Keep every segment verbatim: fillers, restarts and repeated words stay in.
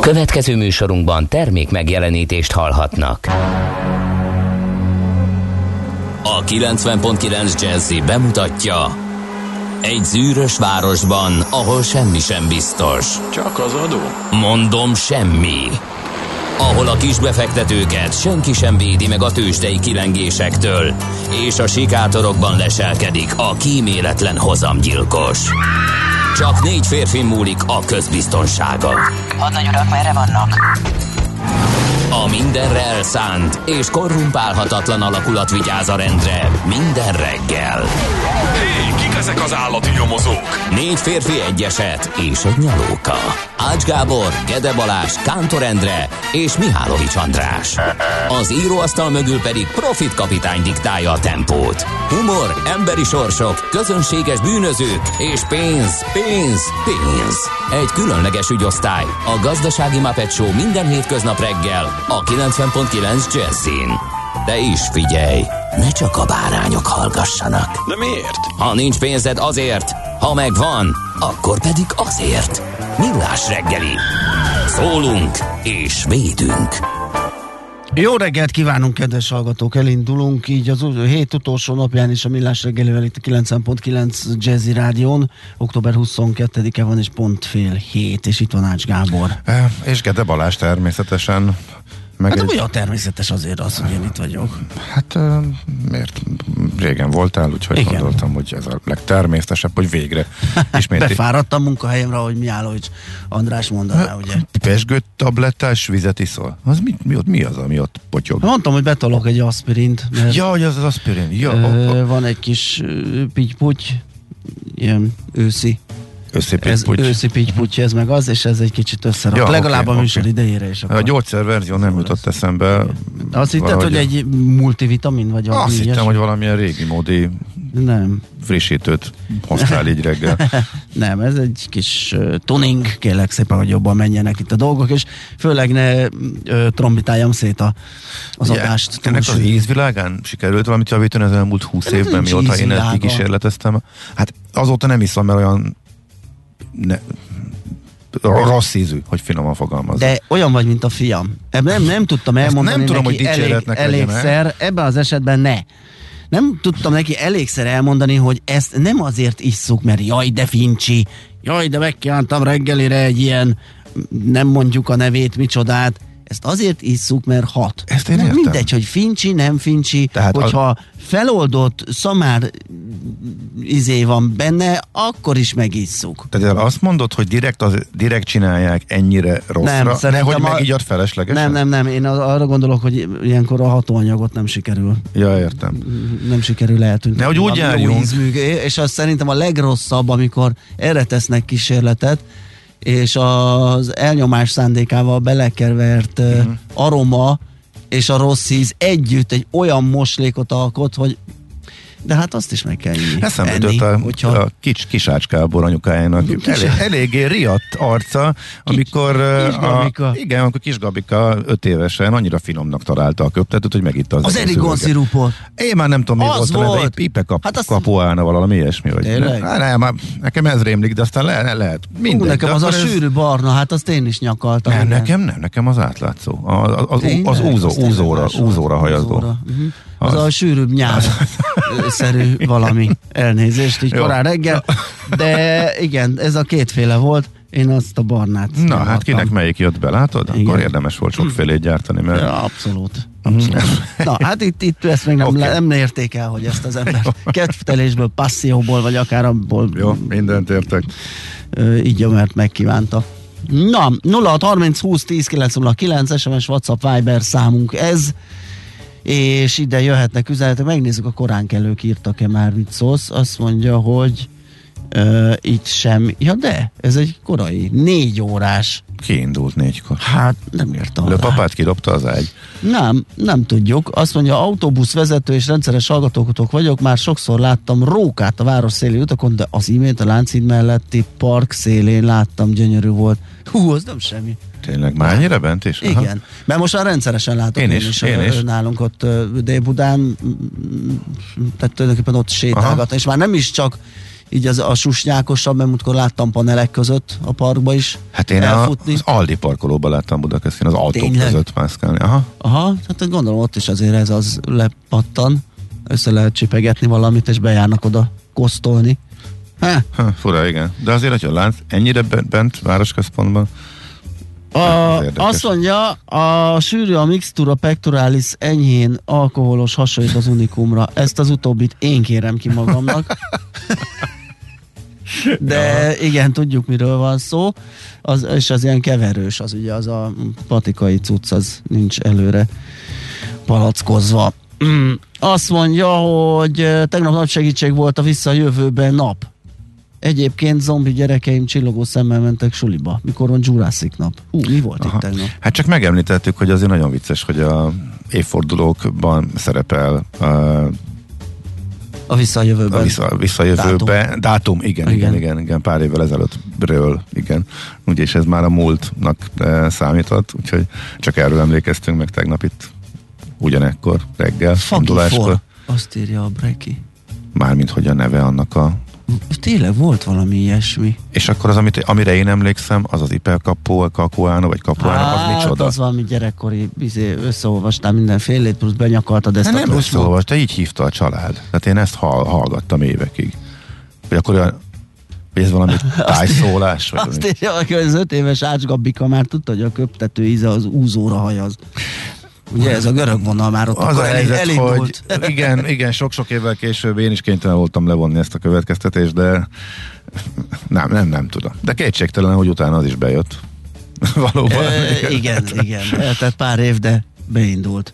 Következő műsorunkban termék megjelenítést hallhatnak. A kilencven pont kilenc Jazzy bemutatja: egy zűrös városban, ahol semmi sem biztos. Csak az adó? Mondom, semmi. Ahol a kisbefektetőket senki sem védi meg a tőzsdei kilengésektől, és a sikátorokban leselkedik a kíméletlen hozamgyilkos. Csak négy férfi múlik a közbiztonsága. Hadnagy urak, merre vannak? A mindenre elszánt és korrumpálhatatlan alakulat vigyáz a rendre minden reggel. Hé, kik ezek az állati nyomozók? Négy férfi, egy eset és egy nyalóka. Ács Gábor, Gede Balázs, Kántor Endre és Mihálovics András. Az íróasztal mögül pedig Profit kapitány diktálja a tempót. Humor, emberi sorsok, közönséges bűnözők és pénz, pénz, pénz. Egy különleges ügyosztály, a Gazdasági Muppet Show minden hétköznap reggel a kilencven pont kilenc Jazzin. De is figyelj, ne csak a bárányok hallgassanak. De miért? Ha nincs pénzed, azért, ha megvan, akkor pedig azért. Millás reggeli. Szólunk és védünk. Jó reggelt kívánunk, kedves hallgatók! Elindulunk így az hét utolsó napján is a Millás reggelivel itt a kilencven pont kilenc Jazzy Rádión. október huszonkettedike van és pont fél hét, és itt van Ács Gábor. E, és Gede Balázs természetesen. Meg hát egy... olyan természetes azért az, hogy én itt vagyok. Hát uh, miért? Régen voltál, úgyhogy igen, gondoltam, hogy ez a legtermészetesebb, hogy végre ismét... Befáradtam munkahelyemre, ahogy Mihálovics András mondaná, ugye? Pesgőt tablettás vizet iszol? Az mi, mi, mi az, ami ott potyog? Mondtam, hogy betolok egy aspirint. Mert ja, hogy az az aspirin. Ja, ö, oh, oh. Van egy kis pitty-putty, ilyen őszi. Őszi pitty-putty, ez meg az, és ez egy kicsit összerak. Ja, legalább okay, a műsor okay. idejére is. A gyógyszerverzió nem jutott eszembe. Azt hitted, hogy egy multivitamin vagy valami? Azt hittem, hogy valamilyen régi módi nem. frissítőt hoztál így reggel. Nem, ez egy kis uh, tuning, kérlek szépen, hogy jobban menjenek itt a dolgok, és főleg ne uh, trombitáljam szét a, az yeah, adást. Ennek az ízvilágán sikerült valamit javítani az elmúlt húsz évben, mióta én ezt kikísérleteztem. Hát azóta nem iszom, mert olyan Ne, rossz ízű, hogy finoman fogalmazom. De olyan vagy, mint a fiam. Ebben nem, nem tudtam elmondani nem tudom, neki hogy elég, elégszer, ebben az esetben ne. Nem tudtam neki elégszer elmondani, hogy ezt nem azért isszuk, mert jaj, de fincsi, jaj, de megkívántam reggelire egy ilyen, nem mondjuk a nevét, micsodát. Ezt azért isszuk, mert hat. Ezt én értem. Mindegy, hogy fincsi, nem fincsi, tehát hogyha a... feloldott szamár izé van benne, akkor is megisszuk. Tehát azt mondod, hogy direkt, az, direkt csinálják ennyire rosszra, nem, nehogy a... megigyad feleslegesen? Nem, nem, nem, én arra gondolok, hogy ilyenkor a hatóanyagot nem sikerül. Ja, értem. Nem sikerül eltűnni. Nehogy úgy járjunk. És az szerintem a legrosszabb, amikor erre tesznek kísérletet, és az elnyomás szándékával belekervert uh-huh. aroma és a rossz íz együtt egy olyan moslékot alkot, hogy de hát azt is meg kell inni. Eszembe jutott a, hogyha... a kis, kis Ács Gábor anyukájának kis... elég, eléggé riadt arca, amikor kis, kis a, igen, amikor kis Gabika öt évesen annyira finomnak találta a köptetőt, hogy megitta az az Erigon szirupot. Én már nem tudom, mi az volt, volt. de Ipe kap, hát azt... kapuálna valami ilyesmi. Vagy tényleg? Ne, ne, már nekem ez rémlik, de aztán le, ne, lehet. Mindegy, Ú, nekem az a ez... sűrű barna, hát azt én is nyakaltam. Nem, nekem nem, nekem az átlátszó. Az, az, az, az úzó, úzóra, úzóra hajazó. Uh-huh. Az, az a sűrűbb nyár-szerű valami, elnézést, így korán reggel, de igen, ez a kétféle volt, én azt a barnát. Na, hát adtam. Kinek melyik jött be, látod? Igen. Akkor érdemes volt sokfélét gyártani, mert... Ja, abszolút. abszolút. Na, hát itt, itt ezt még nem, okay. nem érték el, hogy ezt az ember kedvtelésből, passzióból, vagy akár abból... Jó, mindent értek. Így, mert megkívánta. Na, nulla hat harminc húsz tíz kilenc nulla kilenc es em es, WhatsApp, Viber számunk ez, és ide jöhetnek üzenetek, megnézzük a korán kellők írtak-e már, mit szólsz. Azt mondja, hogy uh, itt sem, ja de, ez egy korai, négy órás. Kiindult négykor. Hát nem írtam. Löpapát kidobta az ágy. Nem, nem tudjuk. Azt mondja, autóbuszvezető és rendszeres hallgatókotok vagyok, már sokszor láttam rókát a város széli utakon, de az imént a Lánchíd melletti park szélén láttam, gyönyörű volt. Hú, az nem semmi. Tényleg, már ennyire bent is? Igen, aha. Mert most már rendszeresen látok én, én is, is, én is. Nálunk ott Dél-Budán, tehát tulajdonképpen ott sétálgatni, és már nem is csak így az a susnyákosabb, mert múltkor láttam panelek között a parkba is Hát én elfutni. az Aldi parkolóban láttam Budapesten, az autók Tényleg? között mászkálni. Aha. Aha, hát gondolom ott is azért ez az lepattan, össze lehet csipegetni valamit, és bejárnak oda kosztolni. Ha. Ha, fura, igen. De azért, hogyha látsz, ennyire bent, bent városközpontban, A, azt mondja, a sűrű a mixtura pectoralis enyhén alkoholos, hasonlít az Unikumra. Ezt az utóbbit én kérem ki magamnak. De igen, tudjuk, miről van szó. Az, és az ilyen keverős, az ugye az a patikai cucc, az nincs előre palackozva. Azt mondja, hogy tegnap nagy segítség volt a Vissza a jövőben nap. Egyébként zombi gyerekeim csillogó szemmel mentek suliba. Mikor van Jurassic nap? Hú, mi volt Aha. itt tegnap? Hát csak megemlítettük, hogy azért nagyon vicces, hogy a évfordulókban szerepel uh, a Vissza a jövőben. A vissza, vissza a jövőben. Dátum. Dátum, igen, igen, igen, igen, igen, pár évvel ezelőttről, igen. Ugye, és ez már a múltnak uh, számított, úgyhogy csak erről emlékeztünk meg tegnap itt ugyanekkor, reggel, induláskor. Azt írja a Breki. Mármint, hogy a neve annak a Tényleg volt valami ilyesmi. És akkor az, amit, amire én emlékszem, az az Iperkapu, a Kakuáno, vagy Kapuáno, az micsoda? Az valami gyerekkori, izé, összeolvastál mindenfélét, plusz benyakartad ezt hát a nem összeolvast, te így hívta a család. Tehát én ezt hall, hallgattam évekig. Vagy akkor olyan, vagy ez valami tájszólás? Vagy azt írja, hogy az öt éves Ács Gabika már tudta, hogy a köptető íze az úzóra hajaz. Ugye ez a görög vonal már ott az a helyzet, elindult. Hogy igen, igen, sok-sok évvel később én is kénytelen voltam levonni ezt a következtetést, de nem, nem, nem tudom. De kétségtelen, hogy utána az is bejött. Valóban. E, igen, igen. Tehát pár év, de beindult.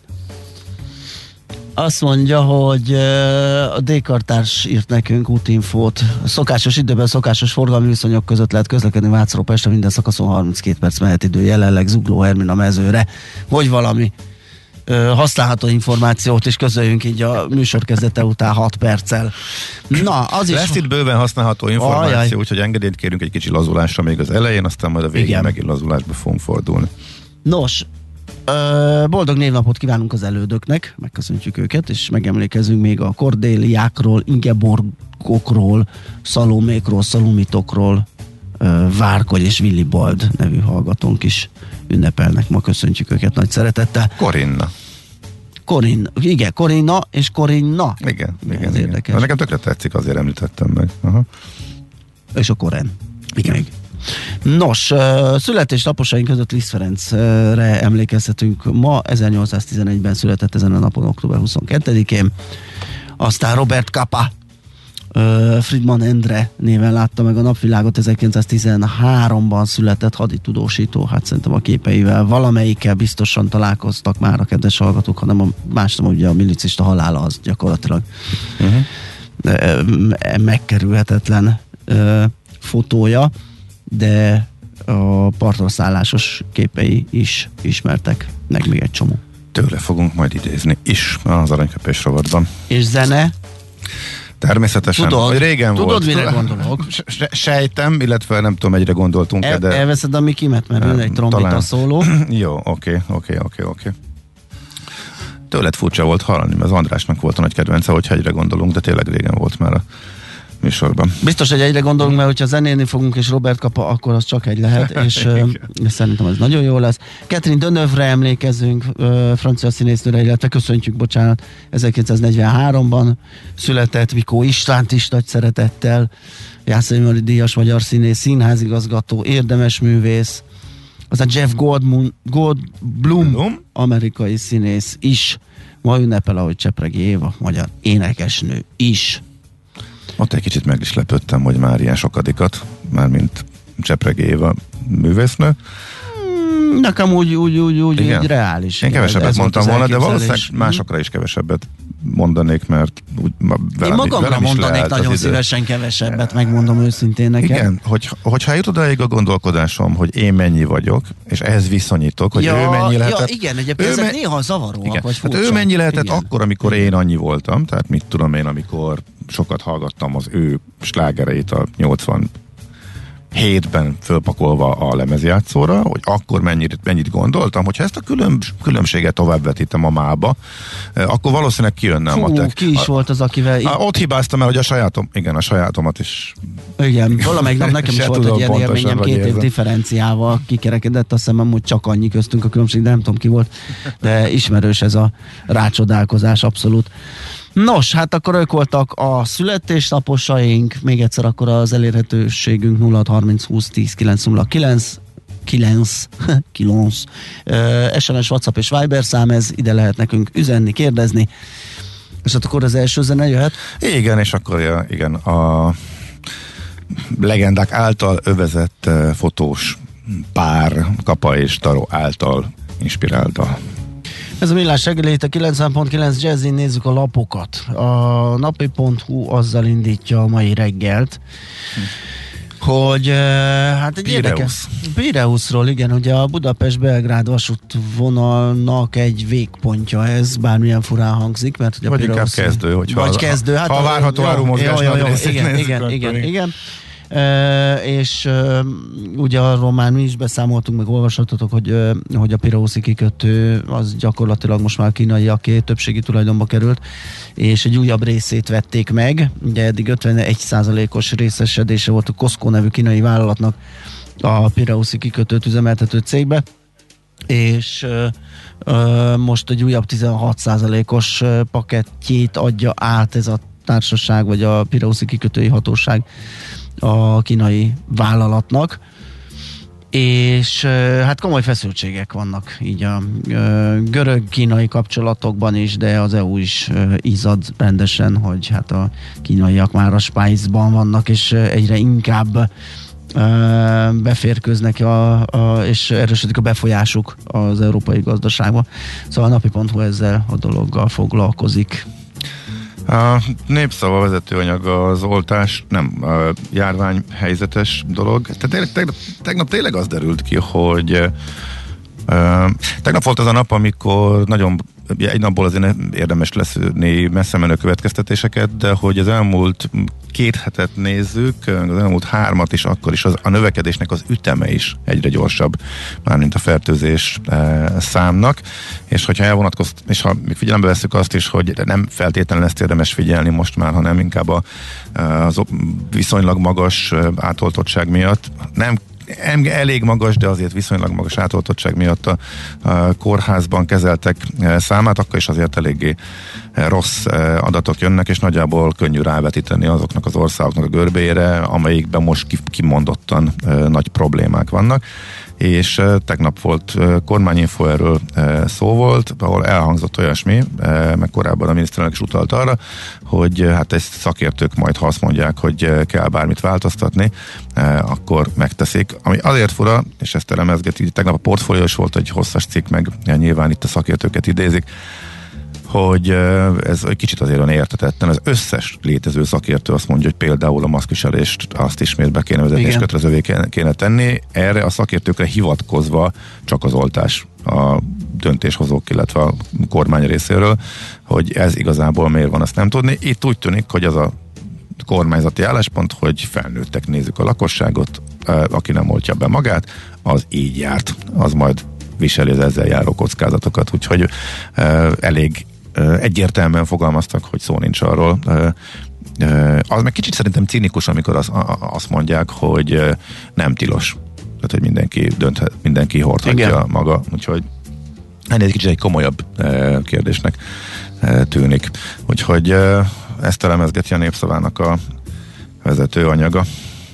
Azt mondja, hogy a D-kartárs írt nekünk útinfót. Szokásos időben, szokásos forgalmi viszonyok között lehet közlekedni Vácról Pestre, minden szakaszon harminckét perc mehetidő, jelenleg Zugló Hermina mezőre. Vagy valami ö, használható információt is közöljünk így a műsor kezdete után hat perccel. Na, az is... Lesz itt bőven használható információ, Ajaj. úgyhogy engedélyt kérünk egy kicsi lazulásra még az elején, aztán majd a végén Igen. megint lazulásba fogunk fordulni. Nos, boldog névnapot kívánunk az elődöknek, megköszöntjük őket, és megemlékezünk még a Kordéliákról, Ingeborgokról, Szalomékról, Szalomitokról, Várkogy és Willibald nevű hallgatónk is ünnepelnek, ma köszöntjük őket nagy szeretettel. Korinna. Korin, igen, Korinna és Korinna. Igen, igen, igen. igen. Nekem tökre tetszik, azért említettem meg. Aha. És a Koren. Igen. Még. Nos, születésnaposaink között Liszt Ferencre emlékezhetünk ma, ezernyolcszáztizenegyben született ezen a napon, október huszonkettedikén. Aztán Robert Capa, Friedman Endre néven látta meg a napvilágot, ezerkilencszáztizenháromban született haditudósító, hát szerintem a képeivel valamelyikkel biztosan találkoztak már a kedves hallgatók, hanem a más nem, ugye a milicista halála az gyakorlatilag uh-huh. megkerülhetetlen fotója, de a partorszállásos képei is ismertek, meg még egy csomó. Tőle fogunk majd idézni is az Aranyköpés rovatban. És zene? Természetesen, tudod, hogy régen tudod, volt. Tudod, mire gondolok? Sejtem, illetve nem tudom, egyre gondoltunk. El, de... Elveszed a Mikimet, mert ő egy trombita szóló. Jó, oké, oké, oké, oké. Tőled furcsa volt hallani, mert az Andrásnak volt a nagy kedvence, hogyha egyre gondolunk, de tényleg régen volt már a műsorban. Biztos, hogy egyre gondolunk, mert hogyha zenélni fogunk, és Robert Capa, akkor az csak egy lehet, és uh, szerintem ez nagyon jó lesz. Catherine Deneuve-re emlékezünk, uh, francia színésznőre, illetve köszöntjük, bocsánat, ezerkilencszáznegyvenháromban született, Vikó Istvánt is nagy szeretettel, Jászai díjas magyar színész, színházigazgató, érdemes művész, az a Jeff Goldblum, Goldblum Blum? amerikai színész is, ma ünnepel, ahogy Csepregi Éva, magyar énekesnő is. Ott egy kicsit meg is lepődtem, hogy már ilyen sokadikat, mármint Csepregi Éva művésznő. Hmm, nekem úgy, úgy, úgy, úgy, úgy reális. Én kevesebbet ez mondtam volna, de valószínűleg másokra is kevesebbet mondanék, mert úgy velem, Én magamra mondanék nagyon szívesen kevesebbet, megmondom őszintén neked. Igen, hogy, hogyha jut odáig a gondolkodásom, hogy én mennyi vagyok, és ehhez viszonyítok, hogy ja, ő mennyi lehetett. Ja, igen, egyébként ezek me- néha zavaróak, igen. vagy furcsa. Hát ő mennyi lehetett igen. akkor, amikor én annyi voltam, tehát mit tudom én, amikor sokat hallgattam az ő slágereit a nyolcvan hétben fölpakolva a lemezjátszóra, hogy akkor mennyit, mennyit gondoltam, hogyha ezt a külön, különbséget tovább vetítem a mába, akkor valószínűleg kijönne a matek. Ki is a, volt az, akivel... A, ott hibáztam el, hogy a sajátom, igen, a sajátomat is... Igen, valamelyik nap nekem is volt egy ilyen élményem, két év differenciával kikerekedett, azt hiszem amúgy csak annyi köztünk a különbség, de nem tudom ki volt, de ismerős ez a rácsodálkozás abszolút. Nos, hát akkor ők voltak a születésnaposaink, még egyszer akkor az elérhetőségünk nulla harminc húsz tíz kilenc nulla kilenc kilenc kilenc es em es, WhatsApp és Viber szám, ez ide lehet nekünk üzenni, kérdezni, és hát akkor az első zene jöhet? Igen, és akkor ja, igen, a legendák által övezett uh, fotós pár, Kapa és Taró által inspirálta. Ez a Millás reggeli, itt a kilencven pont kilenc Jazzin, nézzük a lapokat. A napi pont hu azzal indítja a mai reggelt, hm. hogy hát egy érdekes... Pireuszról, igen, ugye a Budapest-Belgrád vasútvonalnak egy végpontja ez, bármilyen furán hangzik, mert ugye vagy Pireusz... inkább kezdő, hogyha vagy az, kezdő, hát ha a várható árumozgás nagy részét igen, nézzük, igen, igen, igen, igen. Uh, és uh, ugye arról már mi is beszámoltunk, meg olvashattatok, hogy, uh, hogy a Pireuszi kikötő az gyakorlatilag most már kínaiaké, többségi tulajdonba került, és egy újabb részét vették meg, ugye eddig ötvenegy százalékos részesedése volt a Costco nevű kínai vállalatnak a Pireuszi kikötőt üzemeltető cégbe, és uh, uh, most egy újabb tizenhat százalékos pakettjét adja át ez a társaság, vagy a Pireuszi kikötői hatóság a kínai vállalatnak, és hát komoly feszültségek vannak így a görög-kínai kapcsolatokban is, de az é u is izzad rendesen, hogy hát a kínaiak már a spájzban vannak, és egyre inkább beférkőznek a, a, és erősödik a befolyásuk az európai gazdaságba. Szóval a napi pont hu ezzel a dologgal foglalkozik. A Népszava vezetőanyag az oltás, nem, a járványhelyzetes dolog. Tehát tegnap, tegnap tényleg az derült ki, hogy uh, tegnap volt az a nap, amikor nagyon egy napból azért érdemes leszűrni messze menő következtetéseket, de hogy az elmúlt két hetet nézzük, az elmúlt hármat is, akkor is az, a növekedésnek az üteme is egyre gyorsabb, mármint a fertőzés e, számnak, és hogyha elvonatkozt, és ha még figyelembe veszük azt is, hogy nem feltétlenül ezt érdemes figyelni most már, hanem inkább a, az viszonylag magas átoltottság miatt, nem elég magas, de azért viszonylag magas átoltottság miatt a, a kórházban kezeltek számát, akkor is azért eléggé rossz adatok jönnek, és nagyjából könnyű rávetíteni azoknak az országoknak a görbére, amelyikben most kimondottan nagy problémák vannak. És uh, tegnap volt uh, kormányinfo, erről uh, szó volt, ahol elhangzott olyasmi, uh, meg korábban a miniszterelnök is utalt arra, hogy uh, hát ezt szakértők majd, ha azt mondják, hogy uh, kell bármit változtatni, uh, akkor megteszik. Ami azért fura, és ezt elemezgeti, tegnap a Portfólió volt egy hosszas cikk, meg uh, nyilván itt a szakértőket idézik, hogy ez egy kicsit azért olyan értetetten, az összes létező szakértő azt mondja, hogy például a maszkviselést azt ismét be kéne vezetni, és kötelezővé kéne tenni. Erre a szakértőkre hivatkozva csak az oltás a döntéshozók, illetve a kormány részéről, hogy ez igazából miért van, azt nem tudni. Itt úgy tűnik, hogy az a kormányzati álláspont, hogy felnőttek nézzük a lakosságot, aki nem oltja be magát, az így járt, az majd viseli az ezzel járó kockázatokat, úgyhogy elég egyértelműen fogalmaztak, hogy szó nincs arról. Az meg kicsit szerintem cinikus, amikor az, azt mondják, hogy nem tilos. Tehát, hogy mindenki dönthet, mindenki hordhatja igen. maga. Úgyhogy ennél egy kicsit egy komolyabb kérdésnek tűnik. Úgyhogy ezt elemezgeti a Népszavának a vezetőanyaga.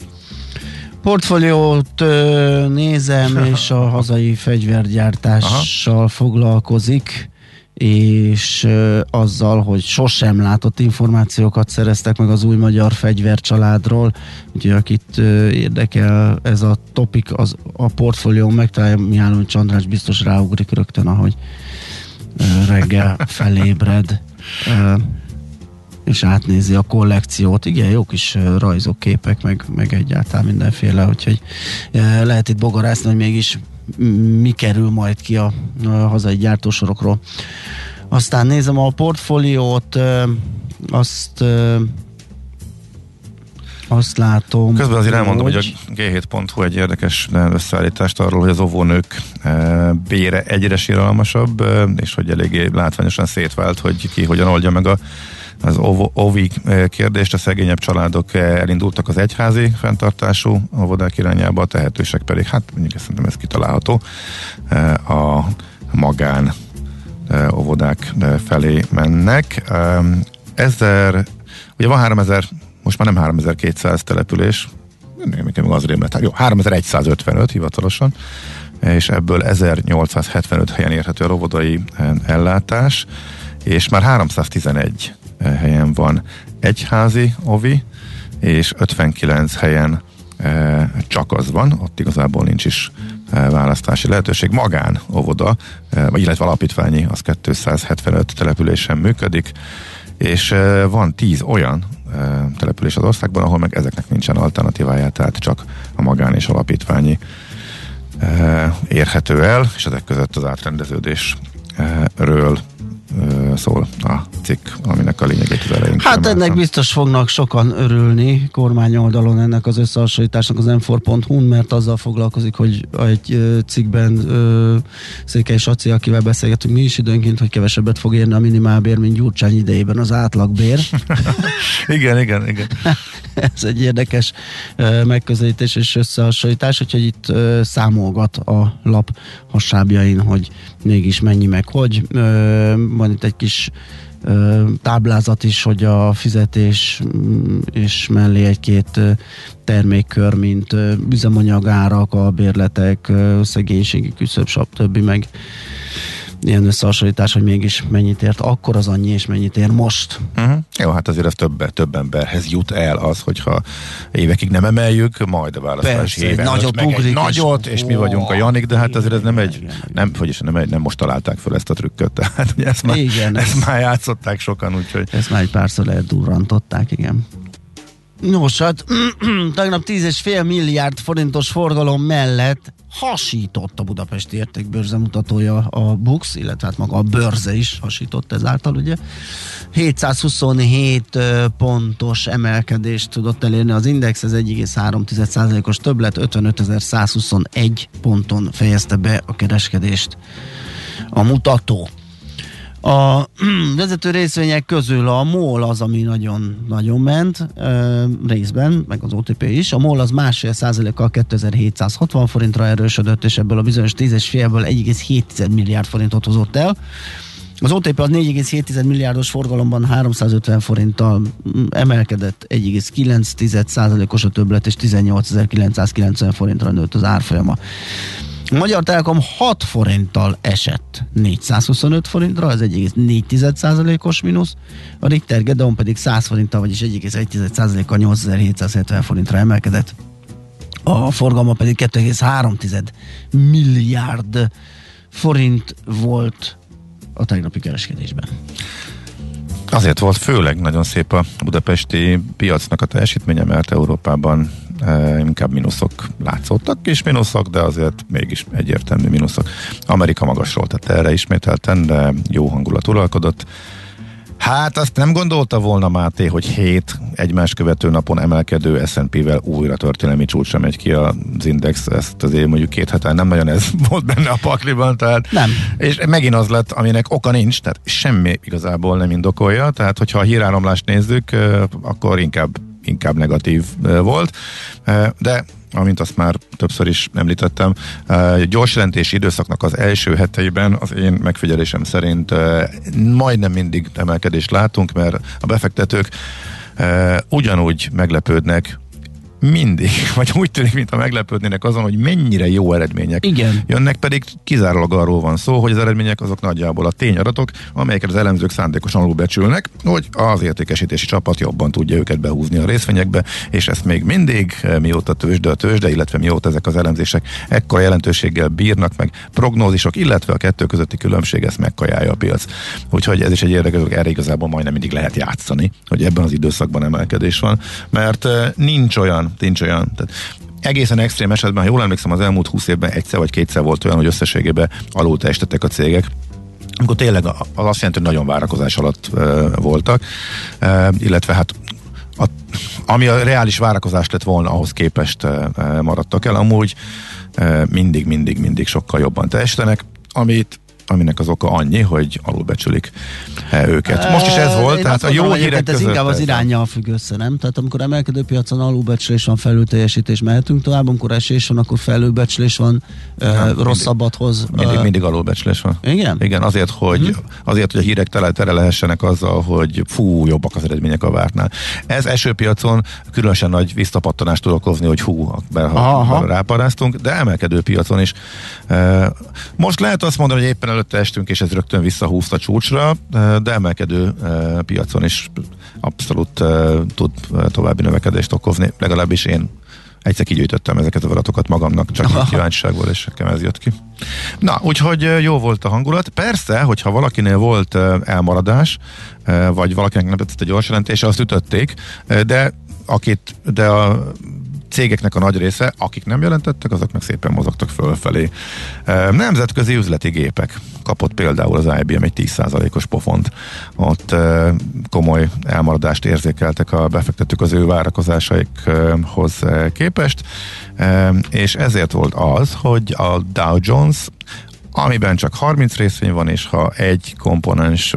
Portfóliót nézem, és a hazai fegyvergyártással Aha. foglalkozik, és uh, azzal, hogy sosem látott információkat szereztek meg az új magyar fegyvercsaládról. Úgyhogy akit uh, érdekel ez a topik, az a Portfólión megtalálja, Mihály Csandrás biztos ráugrik rögtön, ahogy uh, reggel felébred, uh, és átnézi a kollekciót. Igen, jó kis uh, rajzok, képek, meg, meg egyáltalán mindenféle, úgyhogy uh, lehet itt bogarászni, hogy mégis mi kerül majd ki a, a hazai gyártósorokról. Aztán nézem a portfóliót, azt azt látom. Közben azért elmondom, hogy, hogy a gé hét pont hu egy érdekes összeállítást arról, hogy az óvónők e, bére egyre síralmasabb, e, és hogy eléggé látványosan szétvált, hogy ki hogyan oldja meg a az óvi kérdést. A szegényebb családok elindultak az egyházi fenntartású óvodák irányába, a tehetősek pedig, hát mondjuk szerintem ez kitalálható, a magán óvodák felé mennek. Ezer, ugye van háromezer, most már nem háromezer-kétszáz település, nekem az rémlet, jó, háromezer-egyszázötvenöt hivatalosan, és ebből ezernyolcszázhetvenöt helyen érhető a óvodai ellátás, és már háromszáztizenegy helyen van egyházi ovi, és ötvenkilenc helyen e, csak az van, ott igazából nincs is e, választási lehetőség. Magán óvoda, e, vagy illetve alapítványi, az kétszázhetvenöt településen működik, és e, van tíz olyan e, település az országban, ahol meg ezeknek nincsen alternatívája, tehát csak a magán és alapítványi e, érhető el, és ezek között az átrendeződésről szól a cikk, aminek a lényegét az elején. Hát ennek biztos fognak sokan örülni kormány oldalon ennek az összehasonlításnak az em négy pont hu-n, mert azzal foglalkozik, hogy egy cikkben Székely Saci, akivel beszélgetünk mi is időnként, hogy kevesebbet fog érni a minimálbér, mint Gyurcsány idejében az átlagbér. igen, igen, igen. Ez egy érdekes megközelítés és összehasonlítás, úgyhogy itt számolgat a lap hasábjain, hogy mégis mennyi meg hogy. Van itt egy kis táblázat is, hogy a fizetés és mellé egy-két termékkör, mint üzemanyagárak, a bérletek, szegénységi küszöb, stb. Meg ilyen összehasonlítás, hogy mégis mennyit ért akkor az annyi, és mennyit ér most. Uh-huh. Jó, hát azért ez több, több emberhez jut el az, hogyha évekig nem emeljük, majd a választási éven nagyot meg ugrik, egy nagyot, és, és mi vagyunk a Janik, de hát azért ez nem egy, igen, nem, hogy is, nem, egy, nem most találták föl ezt a trükköt, tehát ugye ezt már, igen, ezt ez, már játszották sokan, úgyhogy... Ezt már egy párszor eldurrantották, igen. Nos, hát tegnap tíz egész öt milliárd forintos forgalom mellett hasított a budapesti értékbörze mutatója a BUX, illetve hát maga a bőrze is hasított ezáltal, ugye. hétszázhuszonhét pontos emelkedést tudott elérni az Index, ez egy egész három százalékos többlet, ötvenötezer-százhuszonegy ponton fejezte be a kereskedést a mutató. A vezető részvények közül a MOL az, ami nagyon, nagyon ment e, részben, meg az o té pé is. A MOL az másfél százalékkal kétezer-hétszázhatvan forintra erősödött, és ebből a bizonyos tíz egész öt egy egész hét milliárd forintot hozott el. Az o té pé az négy egész hét milliárdos forgalomban háromszázötven forinttal emelkedett, egy egész kilenc százalékos a többlet, és tizennyolcezer-kilencszázkilencven forintra nőtt az árfolyama. A Magyar Telekom hat forinttal esett négyszázhuszonöt forintra, ez egy egész négy százalékos mínusz, a Richter Gedeon pedig száz forinttal, vagyis egy egész egy százalékkal nyolcezer-hétszázhetven forintra emelkedett. A forgalma pedig két egész három milliárd forint volt a tegnapi kereskedésben. Azért volt főleg nagyon szép a budapesti piacnak a teljesítménye, mert Európában e, inkább mínuszok látszottak, és mínuszok, de azért mégis egyértelmű mínuszok. Amerika magasról, tehát erre ismételten, de jó hangulat uralkodott. Hát azt nem gondolta volna Máté, hogy hét egymás követő napon emelkedő es and pé-vel újra történelmi csúcsra megy ki az Index, ezt azért mondjuk két hetán nem nagyon ez volt benne a pakliban, tehát nem. És megint az lett, aminek oka nincs, tehát semmi igazából nem indokolja, tehát hogyha a híráramlást nézzük, akkor inkább, inkább negatív volt, de amint azt már többször is említettem, gyors jelentési időszaknak az első heteiben az én megfigyelésem szerint majdnem mindig emelkedést látunk, mert a befektetők ugyanúgy meglepődnek mindig, vagy úgy tűnik, mintha meglepődnének azon, hogy mennyire jó eredmények Igen. jönnek, pedig kizárólag arról van szó, hogy az eredmények azok nagyjából a tényadatok, amelyeket az elemzők szándékosan alulbecsülnek, hogy az értékesítési csapat jobban tudja őket behúzni a részvényekbe, és ezt még mindig, mióta tőzsde a tőzsde, illetve mióta ezek az elemzések ekkora jelentőséggel bírnak, meg prognózisok, illetve a kettő közötti különbség ezt megkajálja a piac. Úgyhogy ez is egy érdekes, hogy erre igazából majdnem mindig lehet játszani, hogy ebben az időszakban emelkedés van, mert nincs olyan nincs olyan. Tehát egészen extrém esetben, ha jól emlékszem, az elmúlt húsz évben egyszer vagy kétszer volt olyan, hogy összességében alul teljesítettek a cégek, amikor tényleg az azt jelenti, hogy nagyon várakozás alatt uh, voltak, uh, illetve hát a, ami a reális várakozás lett volna, ahhoz képest maradtak el. Amúgy mindig, mindig, mindig sokkal jobban teljesítenek, amit aminek az oka annyi, hogy alulbecsülik őket. Most is ez volt, Én tehát a jó mondom, hírek ez inkább az iránnyal függ össze, nem? Tehát amikor emelkedő piacon alulbecslés van, felülteljesítés, mehetünk tovább, amikor esés van, akkor felülbecslés van, nem, uh, rosszabbat hoz. Mindig, uh, mindig alulbecslés van. Igen? Igen, azért, hogy, hmm. azért, hogy a hírek tele, tele lehessenek azzal, hogy fú, jobbak az eredmények a vártnál. Ez esőpiacon különösen nagy visszapattanást tud okozni, hogy hú, ha ráparáztunk, de emelkedő piacon is. Uh, most lehet azt mondani, hogy éppen előtte estünk, és ez rögtön visszahúzta csúcsra, de emelkedő piacon is abszolút tud további növekedést okozni. Legalábbis én egyszer kigyűjtöttem ezeket a adatokat magamnak, csak a kíváncsiságból, és nekem ez jött ki. Na, úgyhogy jó volt a hangulat. Persze, hogyha valakinél volt elmaradás, vagy valakinek nem tetszett a gyors jelentése, azt ütötték, de akit, de a cégeknek a nagy része, akik nem jelentettek, azok meg szépen mozogtak fölfelé. Nemzetközi üzleti gépek kapott például az I B M egy tíz százalékos pofont. Ott komoly elmaradást érzékeltek a befektetők az ő várakozásaikhoz képest, és ezért volt az, hogy a Dow Jones, amiben csak harminc részvény van, és ha egy komponens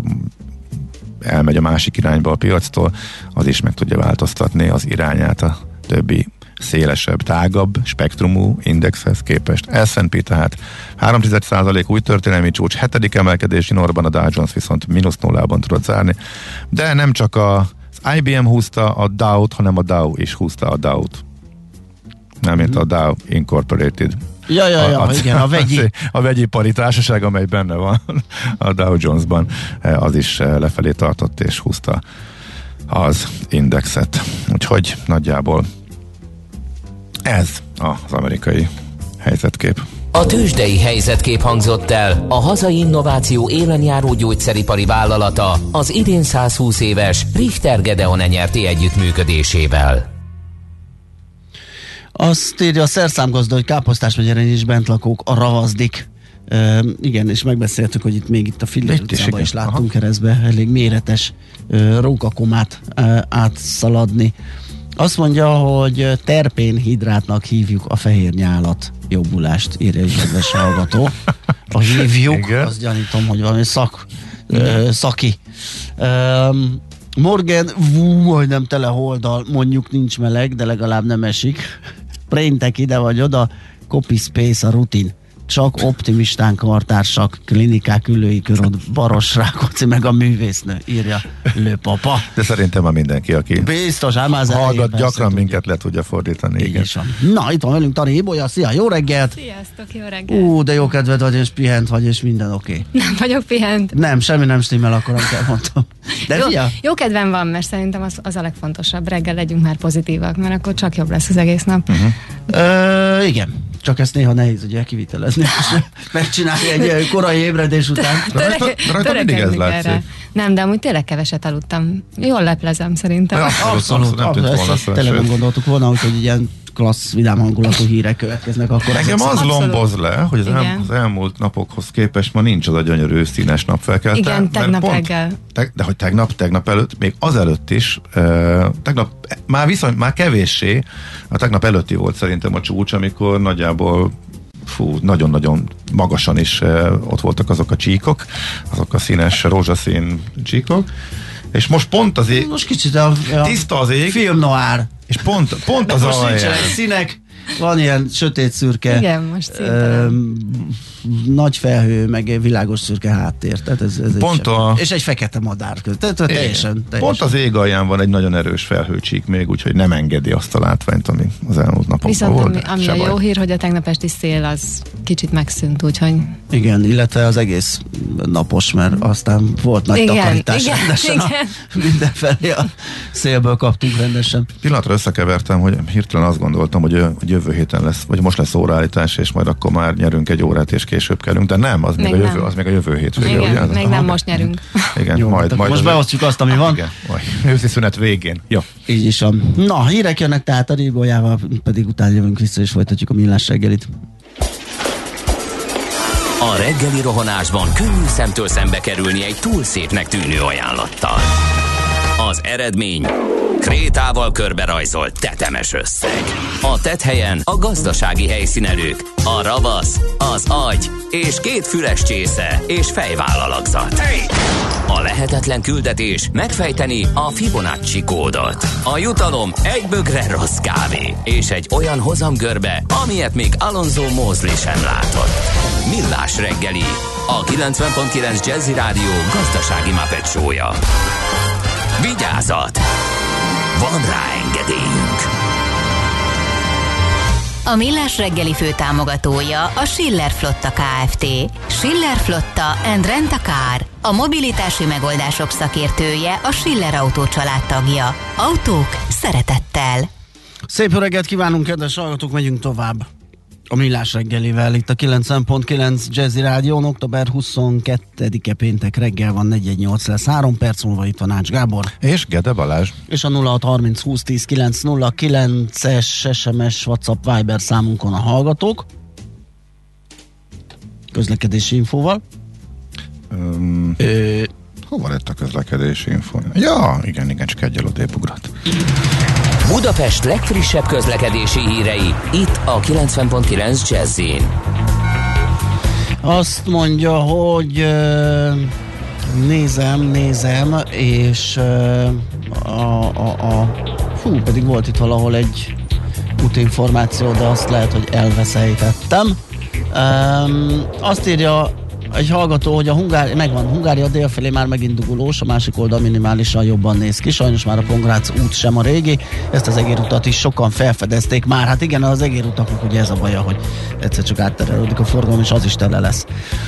elmegy a másik irányba a piactól, az is meg tudja változtatni az irányát a többi szélesebb, tágabb spektrumú indexhez képest. es and pé tehát három egész egy százalék új történelmi csúcs, hetedik emelkedési norban, a Dow Jones viszont mínusz nullában tudott zárni. De nem csak az I B M húzta a Dow-t, hanem a Dow is húzta a Dow-t. Nem, mint a Dow Incorporated. Ja, ja, ja, a, a, igen, a vegyi. A vegyipari társaság, amely benne van a Dow Jonesban, az is lefelé tartott és húzta az indexet. Úgyhogy nagyjából ez az amerikai helyzetkép. A tőzsdei helyzetkép hangzott el a hazai innováció élenjáró gyógyszeripari vállalata az idén százhúsz éves Richter Gedeon nyerti együttműködésével. Azt írja a szerszámgazda, hogy Káposztás megyeren is bentlakók a ravazdik. Uh, igen, és megbeszéltük, hogy itt még itt a Filler utcában is, is láttunk keresztbe elég méretes uh, rókakomát uh, átszaladni. Azt mondja, hogy terpénhidrátnak hívjuk a fehér nyálat. Jobbulást írja egy kedves hallgató. A hívjuk, igen. Azt gyanítom, hogy valami szak, uh, szaki. Um, Morgan, vú, hogy nem tele holdal, mondjuk nincs meleg, de legalább nem esik. Préntek ide vagy oda, copy space a rutin. Csak optimistán kartársak, klinikák ülői körön, Baros Rákóczi meg a művésznő, írja Lőpapa. De szerintem már mindenki, aki biztos, ám az hallgat, gyakran minket le tudja fordítani. Igen. Na, itt van velünk Tani Ibolya, szia, jó reggelt! Sziasztok, jó reggelt! Ú, de jó kedved vagy, és pihent vagy, és minden oké. Okay. Nem vagyok pihent. Nem, semmi nem stimmel, akkor nem kell mondtam. De jó, jó kedvem van, mert szerintem az, az a legfontosabb. Reggel legyünk már pozitívak, mert akkor csak jobb lesz az egész nap. Uh-huh. Ö, igen. Csak ezt néha nehéz ugye kivitelezni, megcsinálni egy korai ébredés után. Rajta, rajta mindig ez látszik. Nem, de amúgy tényleg keveset aludtam. Jól leplezem szerintem. Abszolút, abszolút, abszolút, abszolút ezt tényleg nem gondoltuk volna, hogy ilyen klassz, vidám hangulatú hírek következnek. Akkor engem az lomboz le, hogy az, el, az elmúlt napokhoz képest ma nincs az a gyönyörű színes napfelkelte. Igen, tegnap pont, reggel. Te, de hogy tegnap, tegnap előtt, még azelőtt is, uh, tegnap már viszont, már kevéssé, a tegnap előtti volt szerintem a csúcs, amikor nagyjából fú, nagyon-nagyon magasan is uh, ott voltak azok a csíkok, azok a színes rózsaszín csíkok, és most pont az ég, most kicsit a, a tiszta az ég, film noir. És pont, pont de az most nincsenek színek, van ilyen sötét szürke, igen, most ö, nagy felhő, meg világos szürke háttér. Tehát ez, ez pont egy a, és egy fekete madár között. Tehát teljesen, teljesen. Pont az ég alján van egy nagyon erős felhőcsík még, úgyhogy nem engedi azt a látványt, ami az elmúlt napokban viszont volt. Viszont ami, ami a jó hír, hogy a tegnap esti szél az kicsit megszűnt, úgyhogy... Igen, illetve az egész napos, mert aztán volt nagy igen, takarítás igen, rendesen. Igen. A, mindenfelé a szélből kaptunk rendesen. Pillanatra összekevertem, hogy hirtelen azt gondoltam, hogy, hogy jövő héten lesz, vagy most lesz óraállítás, és majd akkor már nyerünk egy órát, és később kellünk, de nem, az még, még, a, jövő, az még a jövő hétvége. Igen, ugye? még nem most nyerünk. Igen, jó, majd, majd most beosztjuk azt, ami van. Őszi szünet végén. Jó. Így is van. Na, hírek jönnek tehát a Ribolyával, pedig utána jövünk vissza, és folytatjuk a millás reggelit. A reggeli rohanásban könnyű szemtől szembe kerülni egy túl szépnek tűnő ajánlattal. Az eredmény... krétával körberajzolt tetemes összeg. A tetthelyen a gazdasági helyszínelők, a ravasz, az agy és két füles csésze és fejvállalakzat. A lehetetlen küldetés megfejteni a Fibonacci kódot. A jutalom egy bögre rossz kávé és egy olyan hozamgörbe, amilyet még Alonso Mosley sem látott. Millás reggeli, a kilencven pont kilenc Jazzy Rádió gazdasági Muppet show-ja. Vigyázat! Van rá engedélyünk! A Millás reggeli főtámogatója a Schiller Flotta Kft. Schiller Flotta and Rent a Car. A mobilitási megoldások szakértője, a Schiller Autó család tagja. Autók szeretettel. Szép öreget kívánunk, kedves hallgatók, megyünk tovább a Millás reggelivel. Itt a kilencven pont kilenc Jazzy Rádión, október huszonkettedike péntek reggel van, negyvennyolc lesz, három perc múlva itt van Ács Gábor. És Gede Balázs. És a nulla hat harminc húsz tíz kilenc nulla kilences es em es, WhatsApp, Viber számunkon a hallgatók. Közlekedési infóval. Um, Ö... Hova lett a közlekedési infó? Ja, igen, igen, csak egyel odébb ugrott. Budapest legfrissebb közlekedési hírei, itt a kilencven pont kilenc Jazzyn. Azt mondja, hogy nézem, nézem, és a, a, a fú, pedig volt itt valahol egy útinformáció, de azt lehet, hogy elveszejtettem. Um, azt írja egy hallgató, hogy a Hungária, megvan, Hungária délfelé már megint dugulós, a másik oldal minimálisan jobban néz ki, sajnos már a Pongrác út sem a régi, ezt az egérutat is sokan felfedezték már, hát igen, az egérutaknak ugye ez a baja, hogy egyszer csak átterelődik a forgalom, és az is tele lesz.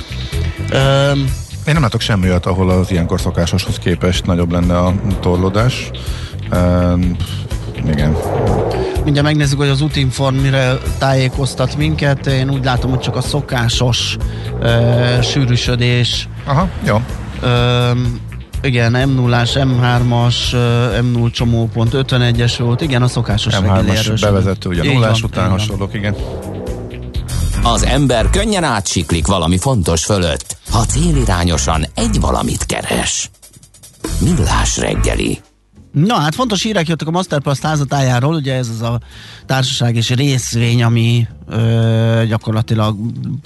Öm, Én nem látok semmi olyat, ahol az ilyenkor szokásoshoz képest nagyobb lenne a torlódás. Öm, igen. Mindjárt megnézzük, hogy az Útinform mire tájékoztat minket. Én úgy látom, hogy csak a szokásos uh, sűrűsödés. Aha, jó. Uh, igen, em nullás, em hármas, uh, em nulla csomó pont ötvenegyes volt. Igen, a szokásos em hármas bevezető, ugye nullás után hasonlók, igen. Az ember könnyen átsiklik valami fontos fölött, ha célirányosan egy valamit keres. Millás reggeli. Na hát fontos hírek jöttek a Masterplast házatájáról, ugye ez az a társaság és részvény, ami ö, gyakorlatilag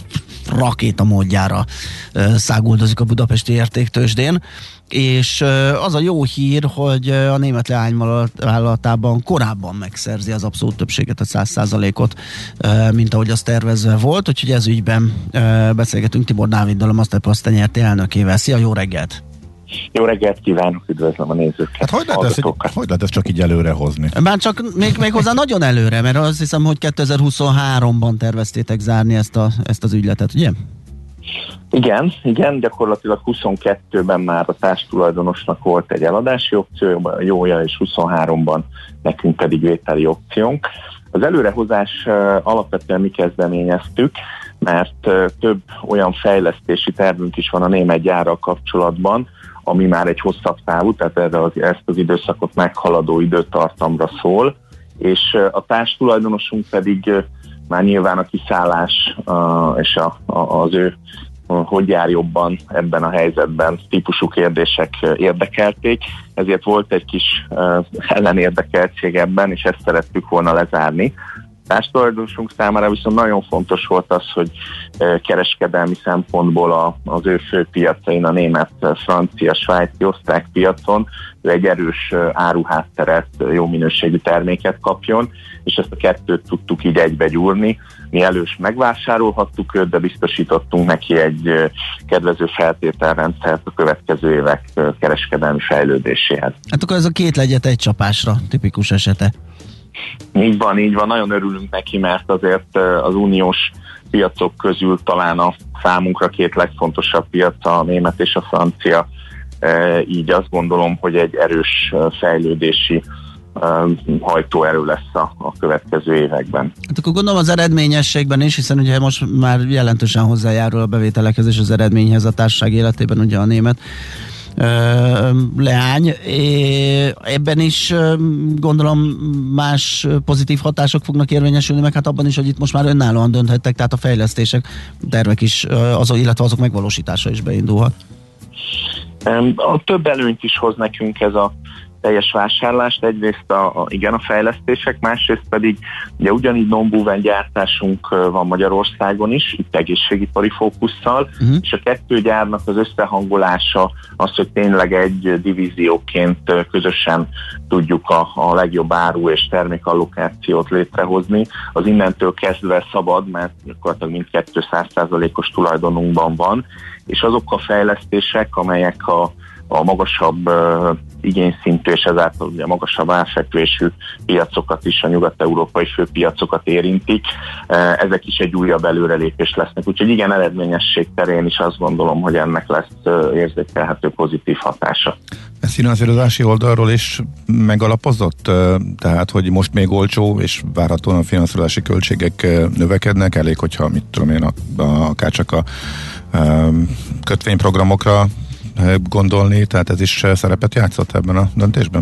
rakéta módjára ö, száguldozik a budapesti értéktőzsdén, és ö, az a jó hír, hogy a német leányvállalatában korábban megszerzi az abszolút többséget, a száz százalékot, ö, mint ahogy az tervezve volt, úgyhogy ez ügyben ö, beszélgetünk Tibor Dáviddal, a Masterplast tenyerti elnökével. Szia, jó reggelt! Jó reggelt kívánok, üdvözlöm a nézőket. Hát hogy lehet, ezt, hogy lehet ezt csak így előre hozni? Már csak még, még hozzá nagyon előre, mert azt hiszem, hogy kétezer-huszonháromban terveztétek zárni ezt, a, ezt az ügyletet, ugye? Igen, igen, gyakorlatilag huszonkettőben már a társtulajdonosnak volt egy eladási opciója, és huszonháromban nekünk pedig vételi opciónk. Az előrehozás alapvetően mi kezdeményeztük, mert több olyan fejlesztési tervünk is van a német gyárral kapcsolatban, ami már egy hosszabb távú, tehát erre az, ezt az időszakot meghaladó időtartamra szól, és a társtulajdonosunk pedig már nyilván a kiszállás és a, a, az ő hogy jár jobban ebben a helyzetben típusú kérdések érdekelték, ezért volt egy kis ellenérdekeltség ebben, és ezt szerettük volna lezárni. Társtulajdonosunk számára viszont nagyon fontos volt az, hogy kereskedelmi szempontból az ő fő piacain, a német, francia, svájci, osztrák piacon ő egy erős áruhátteret, jó minőségű terméket kapjon, és ezt a kettőt tudtuk így egybe gyúrni. Mi elős megvásárolhattuk őt, de biztosítottunk neki egy kedvező feltételrendszert a következő évek kereskedelmi fejlődéséhez. Hát akkor ez a két legyet egy csapásra tipikus esete. Így van, így van, nagyon örülünk neki, mert azért az uniós piacok közül talán a számunkra két legfontosabb piac, a német és a francia, így azt gondolom, hogy egy erős fejlődési hajtóerő lesz a, a következő években. Hát akkor gondolom az eredményességben is, hiszen ugye most már jelentősen hozzájárul a bevételekhez és az eredményhez a társaság életében ugye a német leány. Ebben is gondolom más pozitív hatások fognak érvényesülni, meg hát abban is, hogy itt most már önállóan dönthettek, tehát a fejlesztések, tervek is, azok, illetve azok megvalósítása is beindulhat. A több előnyt is hoz nekünk ez a teljes vásárlást, egyrészt a, a, igen a fejlesztések, másrészt pedig ugye ugyanígy non-búven gyártásunk van Magyarországon is, itt egészségipari fókusszal, uh-huh. és a kettő gyárnak az összehangolása az, hogy tényleg egy divízióként közösen tudjuk a, a legjobb áru és termékallokációt létrehozni. Az innentől kezdve szabad, mert gyakorlatilag mindkettő száz százalékos tulajdonunkban van, és azok a fejlesztések, amelyek a, a magasabb uh, igényszintű és ezáltal ugye magasabb árfekvésű piacokat is, a nyugat-európai főpiacokat érintik, uh, ezek is egy újabb előrelépés lesznek. Úgyhogy igen, eredményesség terén is azt gondolom, hogy ennek lesz uh, érzékelhető pozitív hatása. Ez finanszírozási oldalról is megalapozott? Tehát, hogy most még olcsó, és várhatóan a finanszírozási költségek növekednek, elég, hogyha mit tudom én, a, a, akár csak a, a kötvényprogramokra gondolni, tehát ez is szerepet játszott ebben a döntésben?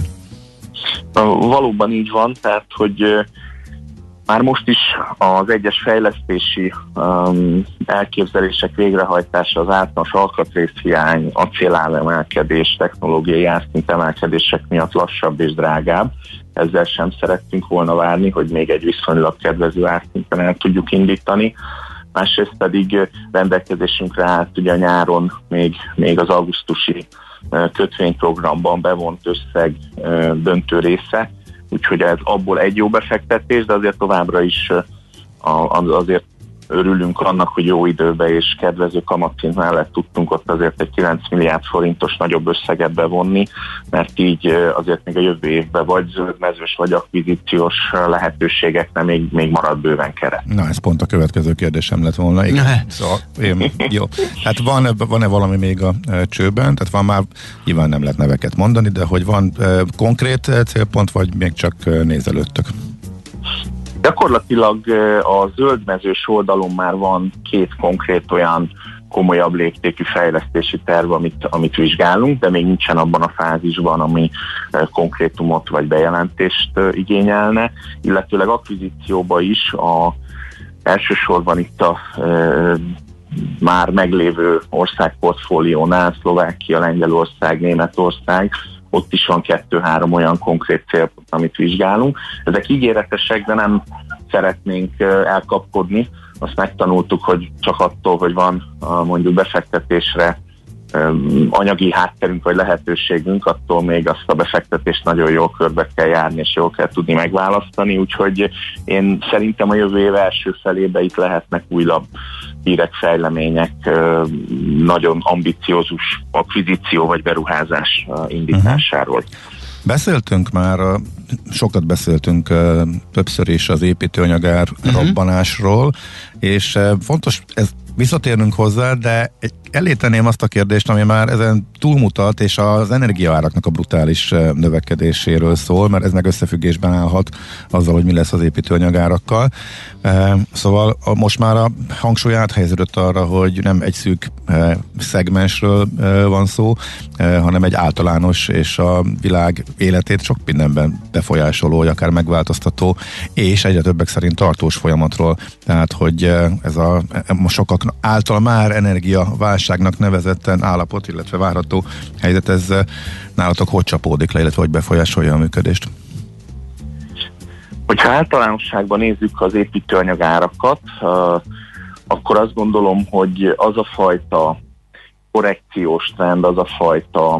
Valóban így van, tehát, hogy már most is az egyes fejlesztési um, elképzelések végrehajtása, az általános alkatrészhiány, acéláremelkedés, technológiai árszint emelkedések miatt lassabb és drágább. Ezzel sem szerettünk volna várni, hogy még egy viszonylag kedvező árszinten el tudjuk indítani. Másrészt pedig rendelkezésünkre állt ugye a nyáron még, még az augusztusi kötvényprogramban bevont összeg döntő része, úgyhogy ez abból egy jó befektetés, de azért továbbra is azért örülünk annak, hogy jó időben és kedvező kamatszint mellett tudtunk ott azért egy kilenc milliárd forintos nagyobb összeget bevonni, mert így azért még a jövő évben vagy zöldmezős, vagy akvizíciós lehetőségeknek még, még marad bőven keret. Na, ez pont a következő kérdésem lett volna. Igen. Szóval, én, jó. Hát van, van-e valami még a csőben? Tehát van már, nyilván nem lehet neveket mondani, de hogy van konkrét célpont, vagy még csak nézelődtök? Gyakorlatilag a zöldmezős oldalon már van két konkrét olyan komolyabb léptékű fejlesztési terv, amit, amit vizsgálunk, de még nincsen abban a fázisban, ami konkrétumot vagy bejelentést igényelne, illetőleg akvizícióba is a, elsősorban itt a e, már meglévő országportfóliónál, Szlovákia, Lengyelország, Németország, ott is van kettő-három olyan konkrét célpont, amit vizsgálunk. Ezek ígéretesek, de nem szeretnénk elkapkodni. Azt megtanultuk, hogy csak attól, hogy van mondjuk befektetésre anyagi hátterünk vagy lehetőségünk, attól még azt a befektetést nagyon jól körbe kell járni, és jól kell tudni megválasztani, úgyhogy én szerintem a jövő év első felébe itt lehetnek újabb hírek, fejlemények, nagyon ambiciózus akvizíció vagy beruházás indításáról. Uh-huh. Beszéltünk már, sokat beszéltünk többször is az építőanyagár uh-huh. robbanásról, és fontos ez visszatérnünk hozzá, de eléteném azt a kérdést, ami már ezen túlmutat, és az energiaáraknak a brutális növekedéséről szól, mert ez meg összefüggésben állhat azzal, hogy mi lesz az építőanyagárakkal. Szóval most már a hangsúly áthelyeződött arra, hogy nem egy szűk szegmensről van szó, hanem egy általános és a világ életét sok mindenben befolyásoló, vagy akár megváltoztató, és egyre többek szerint tartós folyamatról. Tehát, hogy ez a sokak által már energiaválságnak nevezetten állapot, illetve várható helyzet, ez nálatok hogy csapódik le, illetve hogy befolyásolja a működést? Hogyha általánosságban nézzük az építőanyagárakat, akkor azt gondolom, hogy az a fajta korrekciós trend, az a fajta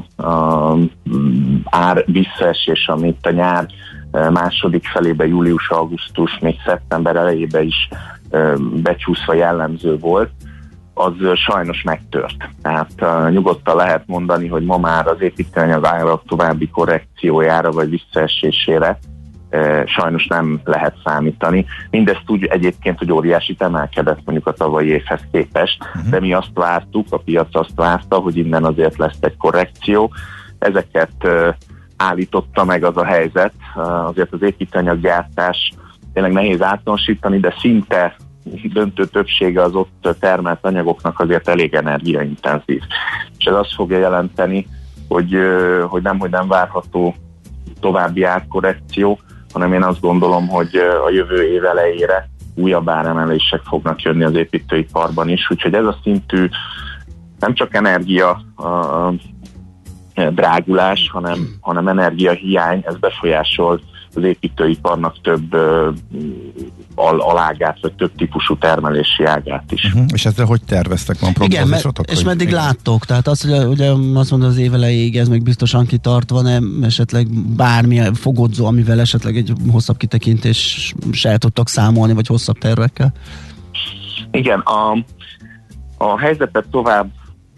ár visszaesés, amit a nyár második felébe, július-augusztus, még szeptember elejébe is becsúszva jellemző volt, az sajnos megtört. Tehát uh, nyugodtan lehet mondani, hogy ma már az építőanyag árak további korrekciójára vagy visszaesésére uh, sajnos nem lehet számítani. Mindezt úgy egyébként, hogy óriásit emelkedett mondjuk a tavalyi évhez képest, uh-huh. de mi azt vártuk, a piac azt várta, hogy innen azért lesz egy korrekció. Ezeket uh, állította meg az a helyzet, uh, azért az építőanyaggyártás tényleg nehéz általánosítani, de szinte döntő többsége az ott termelt anyagoknak azért elég energiaintenzív. És ez azt fogja jelenteni, hogy, hogy nem, hogy nem várható további árkorrekció, hanem én azt gondolom, hogy a jövő év elejére újabb áremelések fognak jönni az építőiparban is, úgyhogy ez a szintű nem csak energia drágulás, hanem, hanem energiahiány, ez befolyásol az építőiparnak több uh, al- alágát, vagy több típusú termelési ágát is. Uh-huh. És ezzel hogy terveztek? Van prognózisotok? Igen, és meddig igen. láttok? Tehát azt, hogy ugye azt mondod, az év elejéig ez még biztosan kitart, van-e esetleg bármilyen fogodzó, amivel esetleg egy hosszabb kitekintés se el tudtok számolni, vagy hosszabb tervekkel? Igen, a, a helyzetet tovább,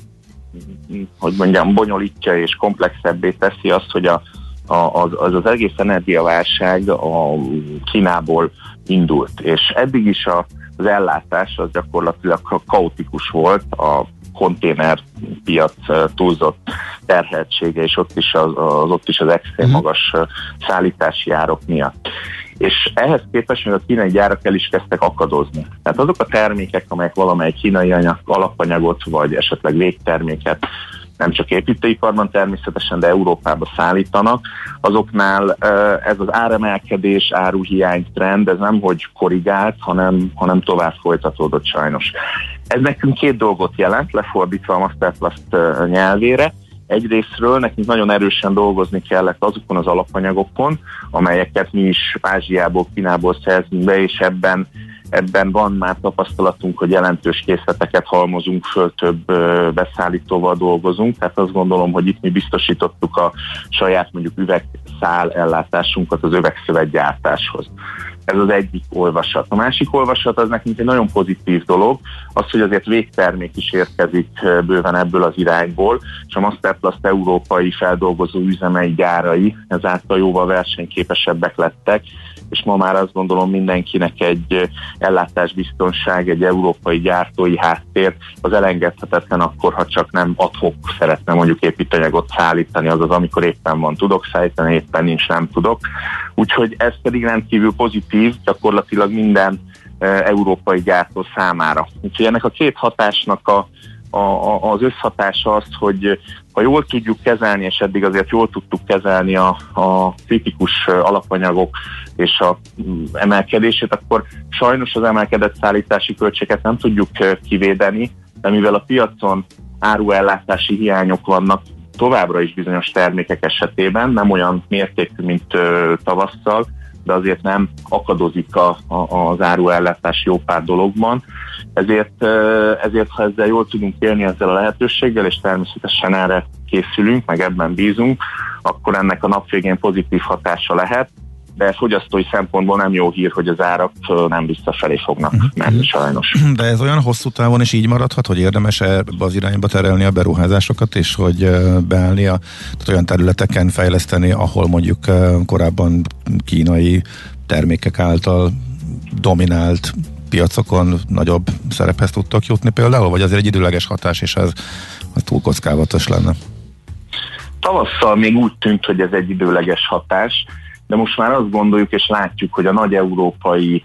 hogy mondjam, bonyolítja és komplexebbé teszi azt, hogy a Az, az az egész energiaválság a Kínából indult, és eddig is a, az ellátás az gyakorlatilag kaotikus volt, a konténerpiac túlzott terheltsége, és ott is az, az, ott is az extrém magas szállítási árak miatt. És ehhez képest még a kínai gyárak el is kezdtek akadozni. Tehát azok a termékek, amelyek valamely kínai anyag, alapanyagot, vagy esetleg végterméket nem csak építőiparban természetesen, de Európába szállítanak, azoknál ez az áremelkedés, áruhiány trend, ez nem hogy korrigált, hanem, hanem tovább folytatódott sajnos. Ez nekünk két dolgot jelent, lefordítva a Masterplast nyelvére. Egyrésztről nekünk nagyon erősen dolgozni kellett azokon az alapanyagokon, amelyeket mi is Ázsiából, Kínából szerzünk be, és ebben Ebben van már tapasztalatunk, hogy jelentős készleteket halmozunk föl, több beszállítóval dolgozunk, tehát azt gondolom, hogy itt mi biztosítottuk a saját mondjuk üvegszál ellátásunkat az üvegszövetgyártáshoz. Ez az egyik olvasat. A másik olvasat az nekünk egy nagyon pozitív dolog, az, hogy azért végtermék is érkezik bőven ebből az irányból, és a Masterplast európai feldolgozó üzemei, gyárai ezáltal jóval versenyképesebbek lettek, és ma már azt gondolom mindenkinek egy ellátásbiztonság, egy európai gyártói háttér az elengedhetetlen akkor, ha csak nem ad hoc szeretne mondjuk építőanyagot szállítani, azaz amikor éppen van tudok szállítani, éppen nincs nem tudok. Úgyhogy ez pedig rendkívül pozitív gyakorlatilag minden e, európai gyártó számára. Úgyhogy ennek a két hatásnak a, a, a, az összhatása az, hogy ha jól tudjuk kezelni, és eddig azért jól tudtuk kezelni a, a kritikus alapanyagok és a emelkedését, akkor sajnos az emelkedett szállítási költségeket nem tudjuk kivédeni, de mivel a piacon áruellátási hiányok vannak továbbra is bizonyos termékek esetében, nem olyan mértékű, mint ö, tavasszal, de azért nem akadozik a, a, az áruellátás jó pár dologban. Ezért, ezért, ha ezzel jól tudunk élni ezzel a lehetőséggel, és természetesen erre készülünk, meg ebben bízunk, akkor ennek a nap végén pozitív hatása lehet, de fogyasztói szempontból nem jó hír, hogy az árak nem visszafelé fognak menni sajnos. De ez olyan hosszú távon is így maradhat, hogy érdemes ebbe az irányba terelni a beruházásokat, és hogy beállni a, tehát olyan területeken fejleszteni, ahol mondjuk korábban kínai termékek által dominált piacokon nagyobb szerephez tudtak jutni például, vagy azért egy időleges hatás, és ez, ez túl kockázatos lenne? Tavasszal még úgy tűnt, hogy ez egy időleges hatás, de most már azt gondoljuk és látjuk, hogy a nagy európai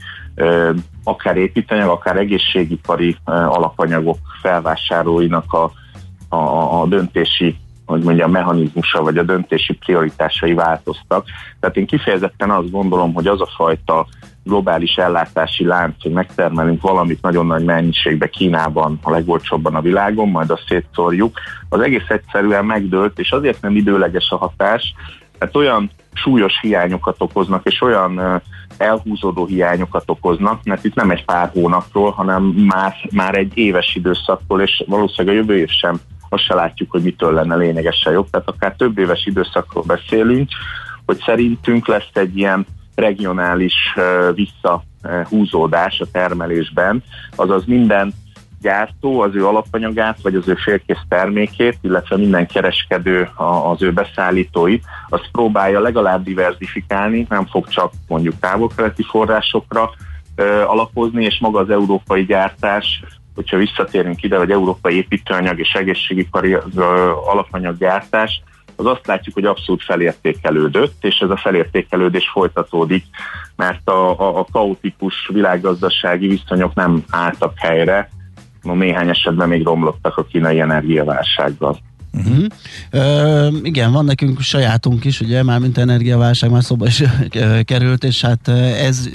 akár építőanyag, akár egészségipari alapanyagok felvásárlóinak a, a, a döntési, hogy mondjam, mechanizmusa vagy a döntési prioritásai változtak. Tehát én kifejezetten azt gondolom, hogy az a fajta globális ellátási lánc, hogy megtermelünk valamit nagyon nagy mennyiségbe Kínában, a legolcsóbban a világon, majd azt szétszórjuk, az egész egyszerűen megdőlt, és azért nem időleges a hatás, mert olyan súlyos hiányokat okoznak, és olyan uh, elhúzódó hiányokat okoznak, mert itt nem egy pár hónapról, hanem már, már egy éves időszakról, és valószínűleg a jövő év sem, azt se látjuk, hogy mitől lenne lényegesen jobb, tehát akár több éves időszakról beszélünk, hogy szerintünk lesz egy ilyen regionális uh, visszahúzódás a termelésben, azaz minden gyártó az ő alapanyagát, vagy az ő félkész termékét, illetve minden kereskedő az ő beszállítóit, azt próbálja legalább diverzifikálni, nem fog csak mondjuk távol-keleti forrásokra ö, alapozni, és maga az európai gyártás, hogyha visszatérünk ide, vagy európai építőanyag és egészségipari ö, alapanyaggyártás, az azt látjuk, hogy abszolút felértékelődött, és ez a felértékelődés folytatódik, mert a, a, a kaotikus világgazdasági viszonyok nem álltak helyre, no, néhány esetben még romlottak a kínai energiaválsággal. Uh-huh. Ö, igen, van nekünk sajátunk is, ugye, már mint energiaválság már szóba is került, és hát ez,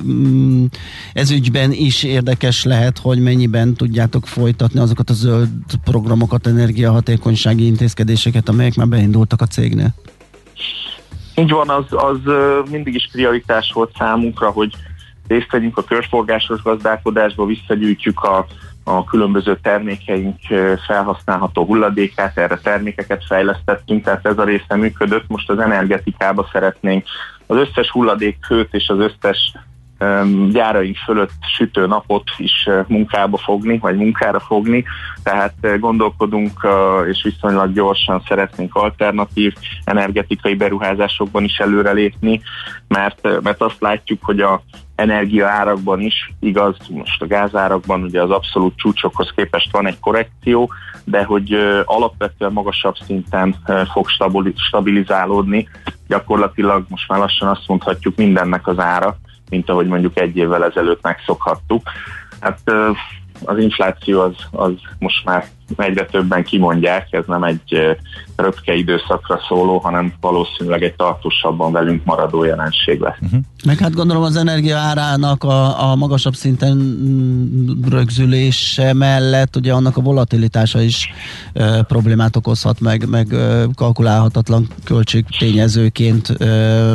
ez ügyben is érdekes lehet, hogy mennyiben tudjátok folytatni azokat a zöld programokat, energiahatékonysági intézkedéseket, amelyek már beindultak a cégnél. Így van, az, az mindig is prioritás volt számunkra, hogy részt vegyünk a körforgásos gazdálkodásba, visszagyűjtjük a, a különböző termékeink felhasználható hulladékát, erre termékeket fejlesztettünk, tehát ez a része működött. Most az energetikába szeretnénk az összes hulladékhőt és az összes um, gyáraink fölött sütő napot is uh, munkába fogni, vagy munkára fogni, tehát uh, gondolkodunk uh, és viszonylag gyorsan szeretnénk alternatív energetikai beruházásokban is előrelépni, mert, uh, mert azt látjuk, hogy a energia árakban is, igaz, most a gázárakban ugye az abszolút csúcsokhoz képest van egy korrekció, de hogy uh, alapvetően magasabb szinten uh, fog stabilizálódni. Gyakorlatilag most már lassan azt mondhatjuk mindennek az ára, mint ahogy mondjuk egy évvel ezelőtt megszokhattuk. Hát uh, az infláció az, az most már egyre többen kimondják, ez nem egy uh, röpke időszakra szóló, hanem valószínűleg egy tartósabban velünk maradó jelenség lesz. Uh-huh. Meg hát gondolom az energia árának a, a magasabb szinten rögzülése mellett ugye annak a volatilitása is e, problémát okozhat, meg, meg e, kalkulálhatatlan költségtényezőként e,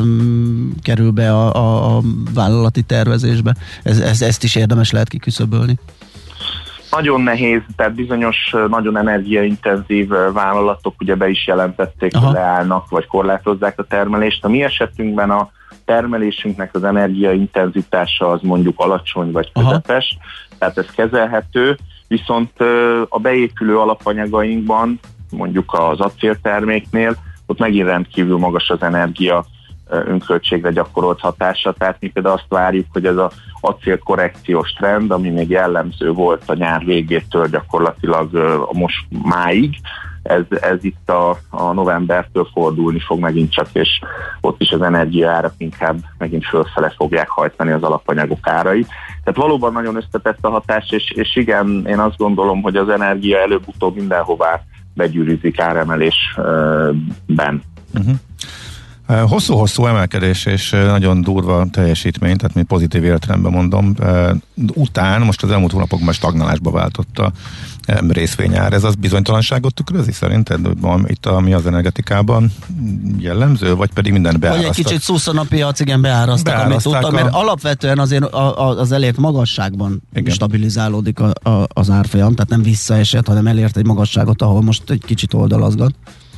kerül be a, a, a vállalati tervezésbe. Ez, ez, ezt is érdemes lehet kiküszöbölni. Nagyon nehéz, tehát bizonyos nagyon energiaintenzív vállalatok ugye be is jelentették, Aha. hogy leállnak, vagy korlátozzák a termelést. A mi esetünkben a termelésünknek az energiaintenzitása az mondjuk alacsony vagy közepes, Aha. tehát ez kezelhető, viszont a beépülő alapanyagainkban, mondjuk az acélterméknél, ott megint rendkívül magas az energia önköltségre gyakorolt hatása, tehát mi például azt várjuk, hogy ez az acélkorrekciós trend, ami még jellemző volt a nyár végétől gyakorlatilag a most máig, ez, ez itt a, a novembertől fordulni fog megint csak, és ott is az energiaárak inkább megint fölfele fogják hajtani az alapanyagok árait. Tehát valóban nagyon összetett a hatás, és, és igen, én azt gondolom, hogy az energia előbb-utóbb mindenhová begyűrűzik áremelésben. Uh-huh. Hosszú-hosszú emelkedés és nagyon durva teljesítmény, tehát mi pozitív értelemben mondom, után most az elmúlt hónapokban stagnálásba váltott a részvényár. Ez az bizonytalanságot tükrözi szerinted itt a, mi az energetikában jellemző, vagy pedig minden beárasztak? Vagy egy kicsit szuszan a piac, igen, beárasztak, amit tudtak, mert a... alapvetően azért a, a, az elért magasságban igen. stabilizálódik a, a, az árfolyam, tehát nem visszaesett, hanem elért egy magasságot, ahol most egy kicsit oldalazgat.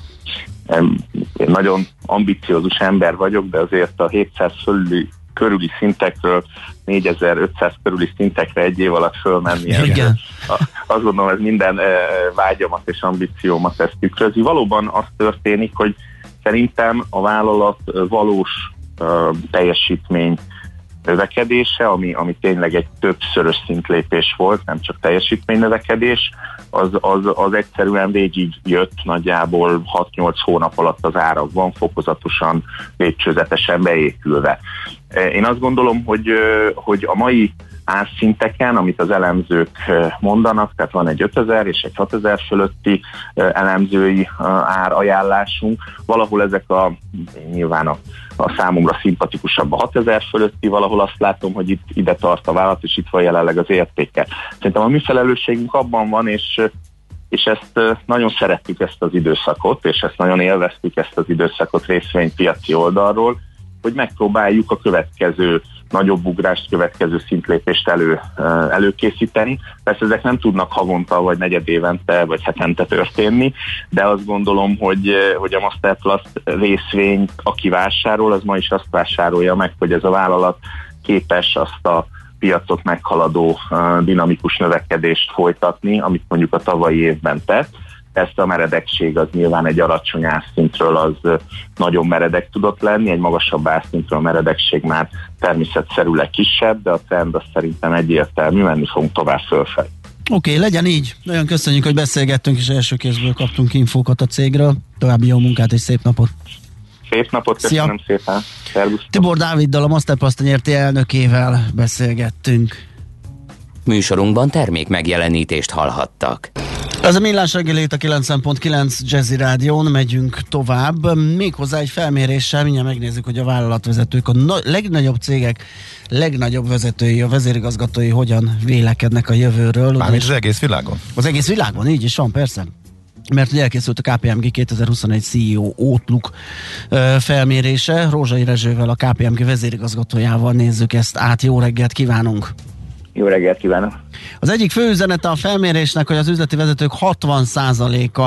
Én nagyon ambiciózus ember vagyok, de azért a hétszáz fölüli, körüli szintekről négyezer-ötszáz körüli szintekre egy év alatt fölmenni. Igen. Azt gondolom, ez minden vágyamat és ambíciómat ezt tükrözi. Valóban az történik, hogy szerintem a vállalat valós teljesítmény növekedése, ami, ami tényleg egy többszörös szintlépés volt, nem csak teljesítménynövekedés, az, az, az egyszerűen végig jött nagyjából hat-nyolc hónap alatt az árakban, fokozatosan, lépcsőzetesen beépülve. Én azt gondolom, hogy, hogy a mai árszinteken, amit az elemzők mondanak, tehát van egy ötezer és egy hatezer fölötti elemzői árajánlásunk, valahol ezek a nyilván a, a számomra szimpatikusabb a hatezer fölötti, valahol azt látom, hogy itt ide tart a vállalat, és itt van jelenleg az értéke. Szerintem a mi felelősségünk abban van, és és ezt nagyon szerettük ezt az időszakot, és ezt nagyon élveztük ezt az időszakot részvénypiaci oldalról, hogy megpróbáljuk a következő nagyobb ugrást, következő szintlépést elő, előkészíteni. Persze ezek nem tudnak havonta, vagy negyedévente, vagy hetente történni, de azt gondolom, hogy, hogy a Masterplast részvény, aki vásárol, az ma is azt vásárolja meg, hogy ez a vállalat képes azt a piacot meghaladó dinamikus növekedést folytatni, amit mondjuk a tavalyi évben tett. Ezt a meredekség az nyilván egy alacsony árszintről az nagyon meredek tudott lenni, egy magasabb árszintről a meredekség már természetszerűleg kisebb, de a trend az szerintem egyértelmű, menni fogunk tovább fölfelé. Oké, okay, legyen így. Nagyon köszönjük, hogy beszélgettünk, és első kézből kaptunk infókat a cégről. További jó munkát és szép napot! Szép napot, köszönöm Szia. szépen! Szervusz. Tibor Dáviddal, a Masterplast nyerti elnökével beszélgettünk. Műsorunkban termék megjelenítést hallhattak. Ez a Millás reggeli itt a kilencven pont kilenc Jazzy Rádión, megyünk tovább. Méghozzá egy felméréssel, mindjárt megnézzük, hogy a vállalatvezetők, a na- legnagyobb cégek legnagyobb vezetői, a vezérigazgatói hogyan vélekednek a jövőről. Mármint az egész világon? Az egész világon, így is van, persze. Mert ugye elkészült a ká pé em gé kétezer-huszonegy cé e o Outlook felmérése. Rózsai Rezsővel, a ká pé em gé vezérigazgatójával nézzük ezt át. Jó reggelt kívánunk! Jó reggelt kívánok! Az egyik fő üzenete a felmérésnek, hogy az üzleti vezetők hatvan százaléka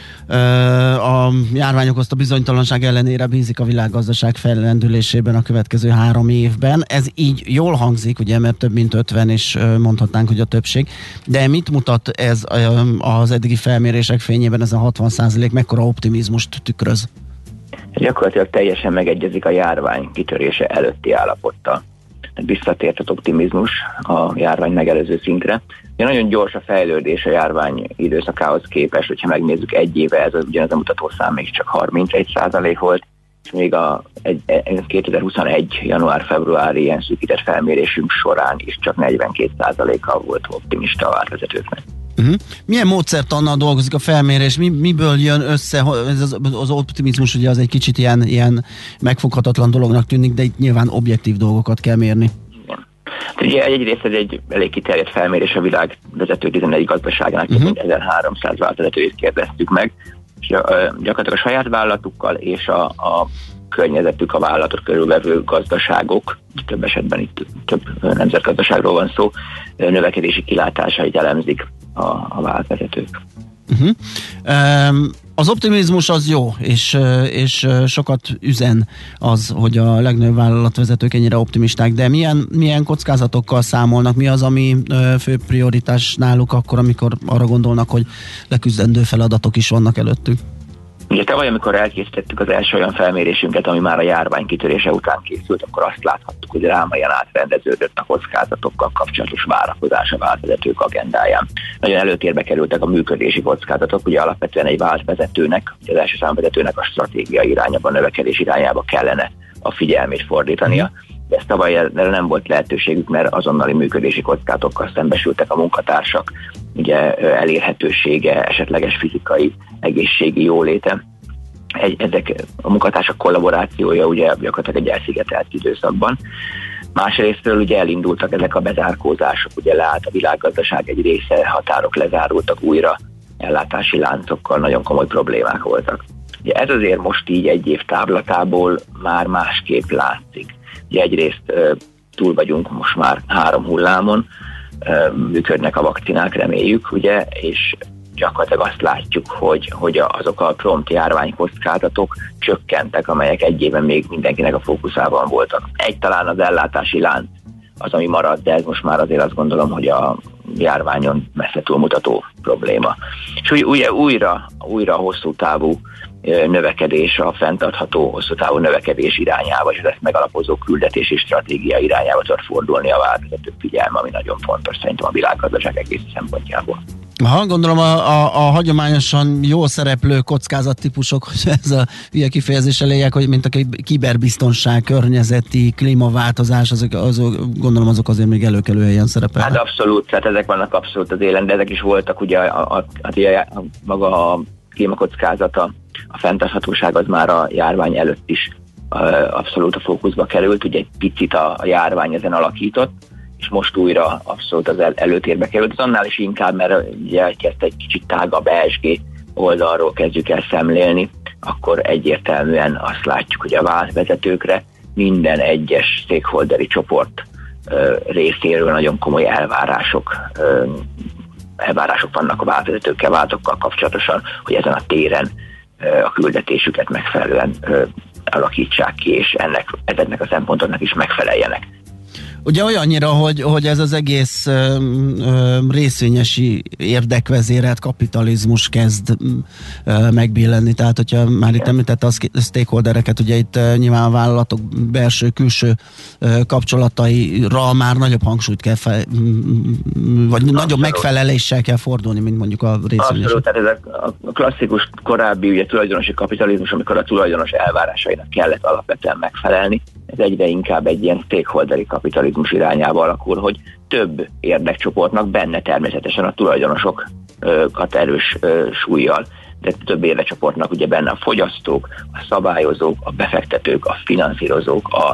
a járvány okozta bizonytalanság ellenére bízik a világgazdaság fellendülésében a következő három évben. Ez így jól hangzik, ugye, mert több mint ötven, és mondhatnánk, hogy a többség. De mit mutat ez az eddigi felmérések fényében, ez a hatvan százalék, mekkora optimizmust tükröz? Gyakorlatilag teljesen megegyezik a járvány kitörése előtti állapottal. Visszatért az optimizmus a járvány megelőző szintre. De nagyon gyors a fejlődés a járvány időszakához képest, hogyha megnézzük egy éve, ez ugyanez a mutatószám még csak harmincegy százalék volt, és még a egy, kétezer-huszonegy január-februári ilyen szűkített felmérésünk során is csak negyvenkét százaléka volt optimista a vállalatvezetőknek. Uh-huh. Milyen módszertannal dolgozik a felmérés? Mi, miből jön össze? Ez az, az optimizmus ugye az egy kicsit ilyen, ilyen megfoghatatlan dolognak tűnik, de itt nyilván objektív dolgokat kell mérni. Igen. Ugye egyrészt ez egy elég kiterjedt felmérés a világ vezető tizenegy gazdaságának, uh-huh. ezerháromszáz vállalatvezetőjét kérdeztük meg, és gyakorlatilag a saját vállalatukkal és a, a környezetük, a vállalatot körülvevő gazdaságok, több esetben itt több nemzetgazdaságról van szó, növekedési kilátásait elemzik a, a vállalatvezetők. Uh-huh. Um, az optimizmus az jó, és, és sokat üzen az, hogy a legnagyobb vállalatvezetők ennyire optimisták, de milyen, milyen kockázatokkal számolnak? Mi az, ami fő prioritás náluk akkor, amikor arra gondolnak, hogy leküzdendő feladatok is vannak előttük? Ugye tavaly, amikor elkészítettük az első olyan felmérésünket, ami már a járvány kitörése után készült, akkor azt láthattuk, hogy rámaian átrendeződött a kockázatokkal kapcsolatos várakozás a vállalatvezetők agendáján. Nagyon előtérbe kerültek a működési kockázatok, ugye alapvetően egy vállalatvezetőnek, az első számvezetőnek a stratégiai irányába, a növekedés irányába kellene a figyelmét fordítania. De ezt tavaly erre nem volt lehetőségük, mert azonnali működési kockázatokkal szembesültek a munkatársak, ugye elérhetősége, esetleges fizikai, egészségi jóléte. Egy, ezek a munkatársak kollaborációja ugye gyakorlatilag egy elszigetelt időszakban. Másrésztről ugye elindultak ezek a bezárkózások, ugye leállt a világgazdaság egy része, határok lezárultak újra, ellátási láncokkal nagyon komoly problémák voltak. Ugye ez azért most így egy év távlatából már másképp látszik. Ugye egyrészt uh, túl vagyunk most már három hullámon, uh, működnek a vakcinák, reméljük, ugye, és gyakorlatilag azt látjuk, hogy, hogy azok a prompt járványkockázatok csökkentek, amelyek egy éven még mindenkinek a fókuszában voltak. Egy talán az ellátási lánc az, ami marad, de ez most már azért azt gondolom, hogy a járványon messze túlmutató probléma. És ugye újra, újra hosszú távú növekedés, a fenntartható hosszú távú növekedés irányába, és ezt megalapozó küldetési stratégia irányába tud fordulni a vállalatvezetők figyelme, ami nagyon fontos szerintem a világgazdaság egész szempontjából. Aha, gondolom a, a, a hagyományosan jól szereplő kockázattípusok, hogy ez a hülye kifejezés eléjek, hogy mint a kiberbiztonság, környezeti, klímaváltozás, azok, azok, gondolom azok azért még előkelő helyen szerepelnek. Hát abszolút, tehát ezek vannak abszolút az élen, de ezek is voltak ugye a, a, a, a, maga a klímakockázata, a fenntarthatóság az már a járvány előtt is abszolút a fókuszba került, ugye egy picit a, a járvány ezen alakított, és most újra abszolút az el, előtérbe került. Az annál is inkább, mert ugye elkezdte egy kicsit tágabb E S G oldalról kezdjük el szemlélni, akkor egyértelműen azt látjuk, hogy a vállalatvezetőkre minden egyes stakeholderi csoport ö, részéről nagyon komoly elvárások ö, elvárások vannak a vállalatvezetőkkel, vállalatokkal kapcsolatosan, hogy ezen a téren ö, a küldetésüket megfelelően ö, alakítsák ki, és ennek, ezeknek a szempontoknak is megfeleljenek. Ugye olyannyira, hogy, hogy ez az egész ö, ö, részvényesi érdekvezérelt kapitalizmus kezd ö, megbillenni. Tehát, hogyha már itt említette a stakeholdereket, ugye itt ö, nyilván a vállalatok belső-külső ö, kapcsolataira már nagyobb hangsúlyt kell, fe, vagy Abszolút. nagyobb megfeleléssel kell fordulni, mint mondjuk a részvényesi. Abszolút, tehát ez a klasszikus korábbi ugye, tulajdonosi kapitalizmus, amikor a tulajdonos elvárásainak kellett alapvetően megfelelni, ez egyre inkább egy ilyen stakeholderi kapitalizmus irányába alakul, hogy több érdekcsoportnak, benne természetesen a tulajdonosok adókat erős súllyal, de több érdekcsoportnak ugye benne a fogyasztók, a szabályozók, a befektetők, a finanszírozók, a,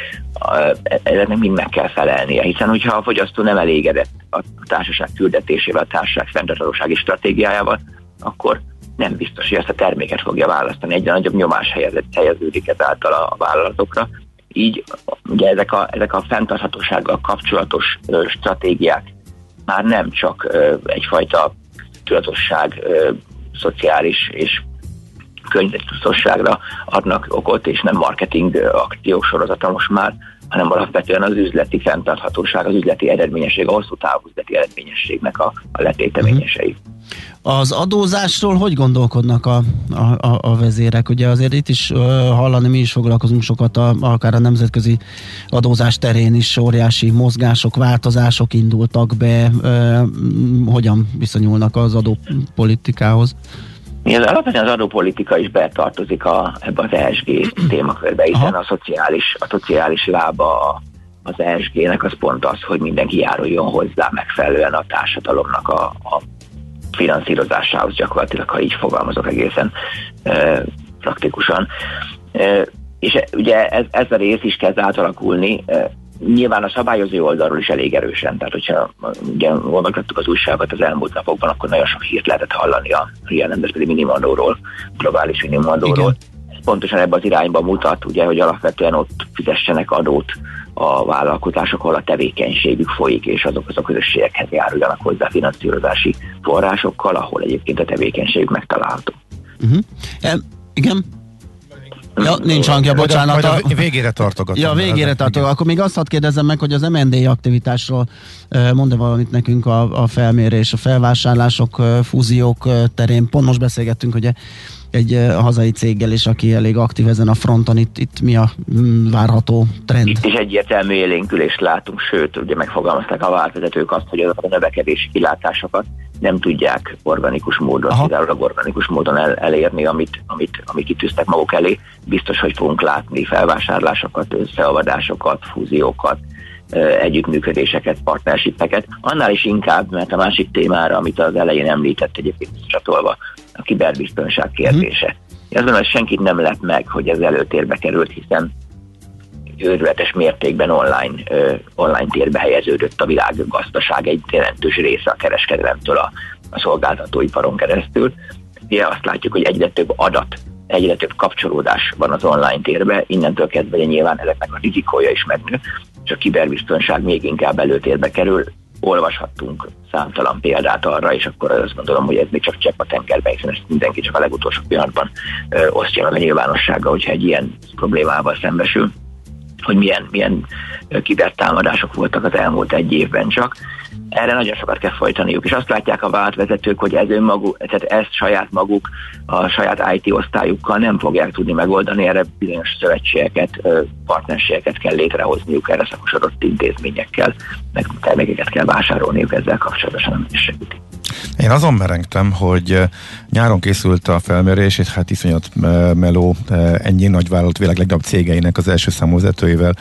a, ezeknek mind meg kell felelnie, hiszen hogyha a fogyasztó nem elégedett a társaság küldetésével, a társaság fenntarthatósági stratégiájával, akkor nem biztos, hogy ezt a terméket fogja választani. Egyre nagyobb nyomás helyeződik ezáltal a vállalatokra. Így ugye ezek a, ezek a fenntarthatósággal kapcsolatos ö, stratégiák már nem csak ö, egyfajta tudatosság, ö, szociális és környezettudatosságra adnak okot, és nem marketing akciók sorozata most már, hanem alapvetően az üzleti fenntarthatóság, az üzleti eredményesség, a hosszú távú üzleti eredményességnek a, a letéteményesei. Az adózásról hogy gondolkodnak a, a, a vezérek? Ugye azért itt is uh, hallani, mi is foglalkozunk sokat, a, akár a nemzetközi adózás terén is óriási mozgások, változások indultak be. Uh, hogyan viszonyulnak az adópolitikához? Ez alapvetően az adópolitika is betartozik a, ebbe az E S G témakörbe, hiszen a szociális, a szociális lába az E S G-nek az pont az, hogy mindenki járuljon hozzá megfelelően a társadalomnak a, a finanszírozásához, gyakorlatilag, ha így fogalmazok egészen e, praktikusan. E, és ugye ez, ez a rész is kezd átalakulni, e, nyilván a szabályozó oldalról is elég erősen, tehát hogyha ugye olvasgattuk az újságot az elmúlt napokban, akkor nagyon sok hírt lehetett hallani a ilyen nemzetközi minimumadóról, globális minimumadóról. Ez pontosan ebben az irányba mutat, ugye, hogy alapvetően ott fizessenek adót a vállalkozások, ahol a tevékenységük folyik, és azok az a közösségekhez járuljanak hozzá finanszírozási forrásokkal, ahol egyébként a tevékenységük megtalálható. Uh-huh. E, igen? Ja, nincs hangja, bocsánat. A, a végére tartogatom. Ja, végére tartogatom. Akkor még azt hadd kérdezzem meg, hogy az em and á aktivitásról mond-e valamit nekünk a, a felmérés, a felvásárlások, fúziók terén. Pont most beszélgettünk ugye egy a hazai céggel is, aki elég aktív ezen a fronton. Itt, itt mi a várható trend? Itt is egyértelmű élénkülést látunk, sőt, ugye megfogalmazták a vállalatvezetők azt, hogy azokat a növekedési kilátásokat nem tudják organikus módon, kizárólag organikus módon el, elérni, amit, amit, amit kitűztek maguk elé. Biztos, hogy fogunk látni felvásárlásokat, összeolvadásokat, fúziókat, együttműködéseket, partnershipeket. Annál is inkább, mert a másik témára, amit az elején említett, egyébként csatolva, a kiberbiztonság kérdése. Hmm. Azt gondolom, hogy senkit nem lep meg, hogy ez előtérbe került, hiszen őrületes mértékben online, uh, online térbe helyeződött a világgazdaság egy jelentős része a kereskedelemtől a, a szolgáltatóiparon keresztül. Ugye azt látjuk, hogy egyre több adat, egyre több kapcsolódás van az online térbe, innentől kezdve nyilván ezeknek a rizikója is megnő, és a kiberbiztonság még inkább előtérbe kerül. Olvashattunk számtalan példát arra, és akkor azt gondolom, hogy ez még csak csepp a tengerben, hiszen ezt mindenki csak a legutolsó pillanatban ö, osztja meg a nyilvánossággal, hogyha egy ilyen problémával szembesül, hogy milyen, milyen kibertámadások voltak az elmúlt egy évben csak. Erre nagyon sokat kell folytaniuk, és azt látják a vállalatvezetők, hogy ez önmaguk, tehát ezt saját maguk, a saját i té osztályukkal nem fogják tudni megoldani, erre bizonyos szövetségeket, partnerségeket kell létrehozniuk, erre szakosodott intézményekkel, meg termékeket kell vásárolniuk, ezzel kapcsolatosan nem is segítik. Én azon merengtem, hogy nyáron készült a felmérés, és hát iszonyat meló ennyi nagyvállalat világ legnagyobb cégeinek az első számúvezetőivel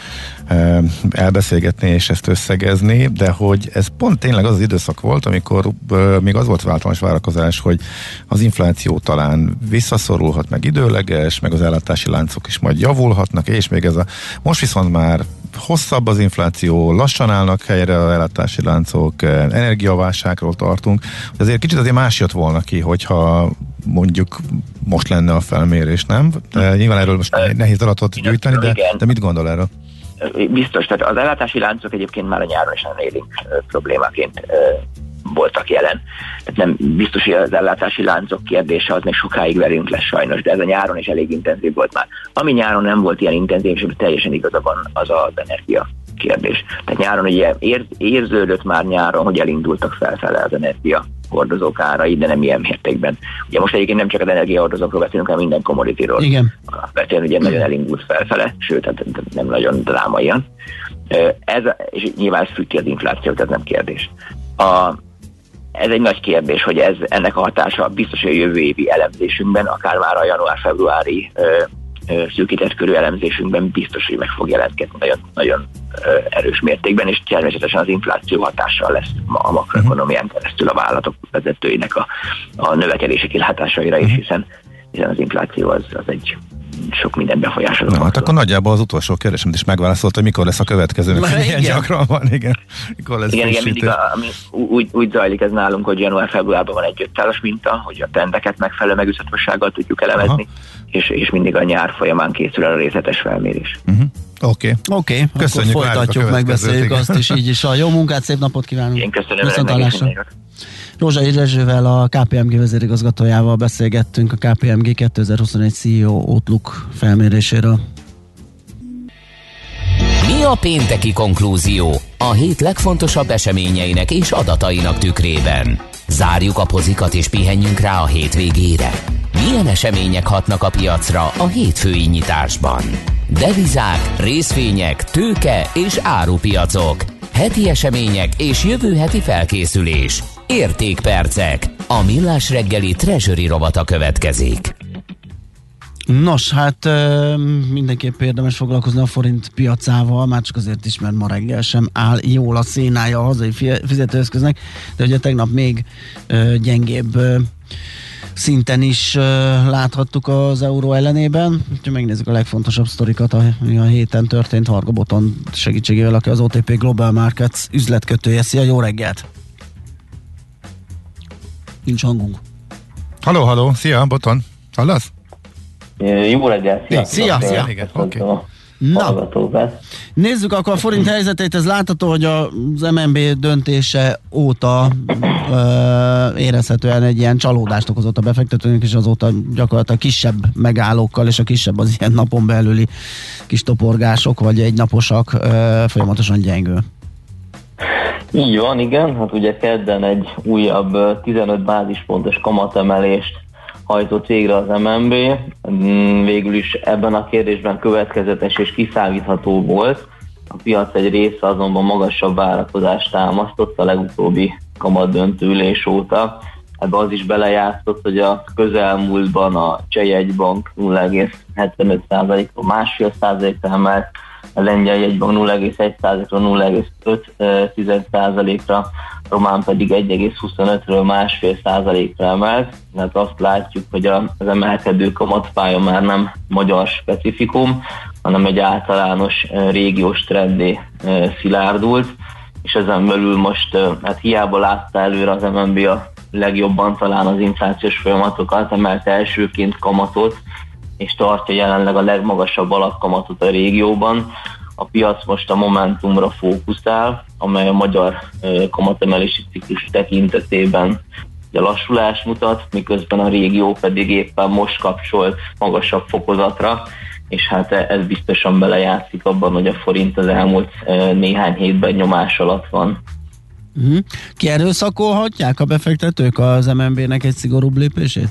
elbeszélgetni és ezt összegezni, de hogy ez pont tényleg az az időszak volt, amikor még az volt általános várakozás, hogy az infláció talán visszaszorulhat, meg időleges, meg az ellátási láncok is majd javulhatnak, és még ez a most viszont már hosszabb az infláció, lassan állnak helyre az ellátási láncok, energiaválságról tartunk. Azért kicsit azért más jött volna ki, hogyha mondjuk most lenne a felmérés, nem? De nyilván erről most nehéz adatot gyűjteni, de, de mit gondol erről? Biztos, tehát az ellátási láncok egyébként már a nyáron is nagyon élénk problémaként voltak jelen. Tehát nem biztos, hogy az ellátási láncok kérdése az még sokáig velünk lesz sajnos, de ez a nyáron is elég intenzív volt már. Ami nyáron nem volt ilyen intenzív, és teljesen igaza van, az az energia kérdés. Tehát nyáron ugye ér, érződött már nyáron, hogy elindultak felfele az energia hordozók árai, de nem ilyen mértékben. Ugye most egyébként nem csak az energiahordozókról beszélünk, hanem minden commodityról. Igen. Alapvetően ugye nagyon elindult felfele, sőt, hát nem nagyon drámaian. Ez, és nyilván ez függ az inflációt, ez nem kérdés. A, ez egy nagy kérdés, hogy ez, ennek a hatása biztos, hogy a jövő évi elemzésünkben, akár már a január-februári szűkített körű elemzésünkben biztos, hogy meg fog jelentkezni nagyon, nagyon erős mértékben, és természetesen az infláció hatással lesz a makroekonomián keresztül a vállalatok vezetőinek a, a növekedési kilátásaira is, hiszen, hiszen az infláció az, az egy sok minden befolyásoló. Na, hát akkor nagyjából az utolsó kérdésemet is megválaszolt, hogy mikor lesz a következő, meg milyen gyakran van, igen. Mikor lesz igen, igen, mindig a, ami úgy, úgy zajlik ez nálunk, hogy január-februárban van egy ötszálas minta, hogy a trendeket megfelelő megüthatósággal tudjuk elemezni, és, és mindig a nyár folyamán készül el a részletes felmérés. Uh-huh. Oké. Okay. Oké, okay, akkor folytatjuk, megbeszéljük azt is így is. A jó munkát, szép napot kívánunk. Én köszönöm. Rózsai Rezsővel, a ká pé em gé vezérigazgatójával beszélgettünk a ká pé em gé kétezer-huszonegy cé í o Outlook felméréséről. Mi a pénteki konklúzió a hét legfontosabb eseményeinek és adatainak tükrében? Zárjuk a pozikat és pihenjünk rá a hétvégére. Milyen események hatnak a piacra a hétfői nyitásban? Devizák, részvények, tőke és árupiacok. Heti események és jövő heti felkészülés. Értékpercek. A Millás reggeli Treasury rovata következik. Nos, hát mindenképp érdemes foglalkozni a forint piacával, már csak azért is, mert ma reggel sem áll jól a szénája a hazai fizetőeszköznek, de ugye tegnap még gyengébb szinten is láthattuk az euró ellenében. Úgyhogy megnézzük a legfontosabb sztorikat, ami a héten történt Varga Boton segítségével, aki az o té pé Global Markets üzletkötője. Szia, jó reggelt! Nincs hangunk. Halló, halló, szia, Boton, hallasz? Jó reggelt, szia! Szia, szia! Okay. Na, nézzük akkor a forint helyzetét. Ez látható, hogy az em en bé döntése óta ö, érezhetően egy ilyen csalódást okozott a befektetőnek, és azóta gyakorlatilag kisebb megállókkal, és a kisebb az ilyen napon belüli kis toporgások, vagy egynaposak ö, folyamatosan gyengül. Így van, igen. Hát ugye kedden egy újabb tizenöt bázispontos kamatemelést hajtott végre az em en bé. Végül is ebben a kérdésben következetes és kiszámítható volt. A piac egy része azonban magasabb várakozást támasztott a legutóbbi kamatdöntő ülés óta. Ebbe az is belejátszott, hogy a közelmúltban a Cseh jegybank nulla egész hetvenöt százalékról másfél százalékra emelt, a lengyel jegybank nulla egész egy százalékról nulla egész öt százalékra, román pedig egy egész huszonötről másfél százalékra emelt, mert azt látjuk, hogy az emelkedő kamatpálya már nem magyar specifikum, hanem egy általános régiós trendé szilárdult, és ezen belül most hát hiába látta előre az em en bé a legjobban talán az inflációs folyamatokat, emelt elsőként kamatot, és tartja jelenleg a legmagasabb alapkamatot a régióban. A piac most a Momentumra fókuszál, amely a magyar kamatemelési ciklus tekintetében a lassulás mutat, miközben a régió pedig éppen most kapcsolt magasabb fokozatra, és hát ez biztosan belejátszik abban, hogy a forint az elmúlt néhány hétben nyomás alatt van. Uh-huh. Kierőszakolhatják a befektetők az em en bé-nek egy szigorúbb lépését?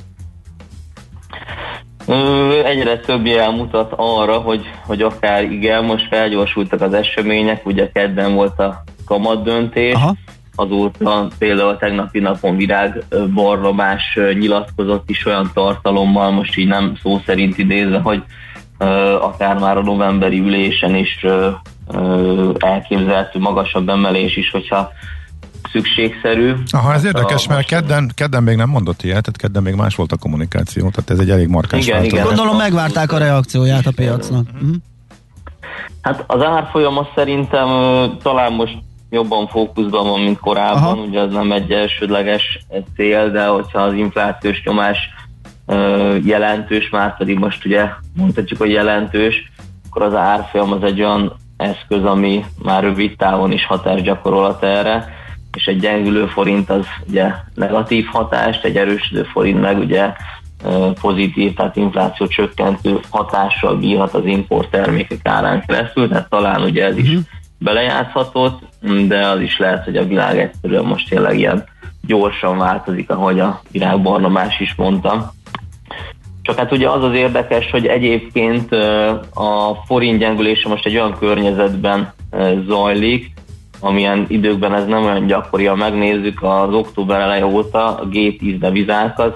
Egyre több jel mutat arra, hogy, hogy akár igen, most felgyorsultak az események, ugye kedden volt a kamatdöntés, aha. Azóta például a tegnapi napon Virág Barnabás nyilatkozott is olyan tartalommal, most így nem szó szerint idézve, hogy uh, akár már a novemberi ülésen is uh, uh, elképzelhető magasabb emelés is, hogyha szükségszerű. Aha, ez érdekes, mert kedden, kedden még nem mondott ilyet, tehát kedden még más volt a kommunikáció, tehát ez egy elég markáns változás. Gondolom megvárták a reakcióját a piacnak. Uh-huh. Hát az árfolyam az szerintem talán most jobban fókuszban van, mint korábban, aha. Ugye az nem egy elsődleges cél, de hogyha az inflációs nyomás jelentős, már pedig most ugye mondhatjuk, hogy jelentős, akkor az árfolyam az egy olyan eszköz, ami már rövid távon is hatást gyakorolhat erre, és egy gyengülő forint az ugye negatív hatást, egy erősödő forint meg ugye pozitív, tehát infláció csökkentő hatással bírhat az importtermékek árán keresztül, tehát talán ugye ez is belejátszhatott, de az is lehet, hogy a világ egyszerűen most tényleg ilyen gyorsan változik, ahogy a Virág Barnabás is mondta. Csak hát ugye az az érdekes, hogy egyébként a forint gyengülése most egy olyan környezetben zajlik, amilyen időkben ez nem olyan gyakori, ha megnézzük az október eleje óta a gé tíz devizákat,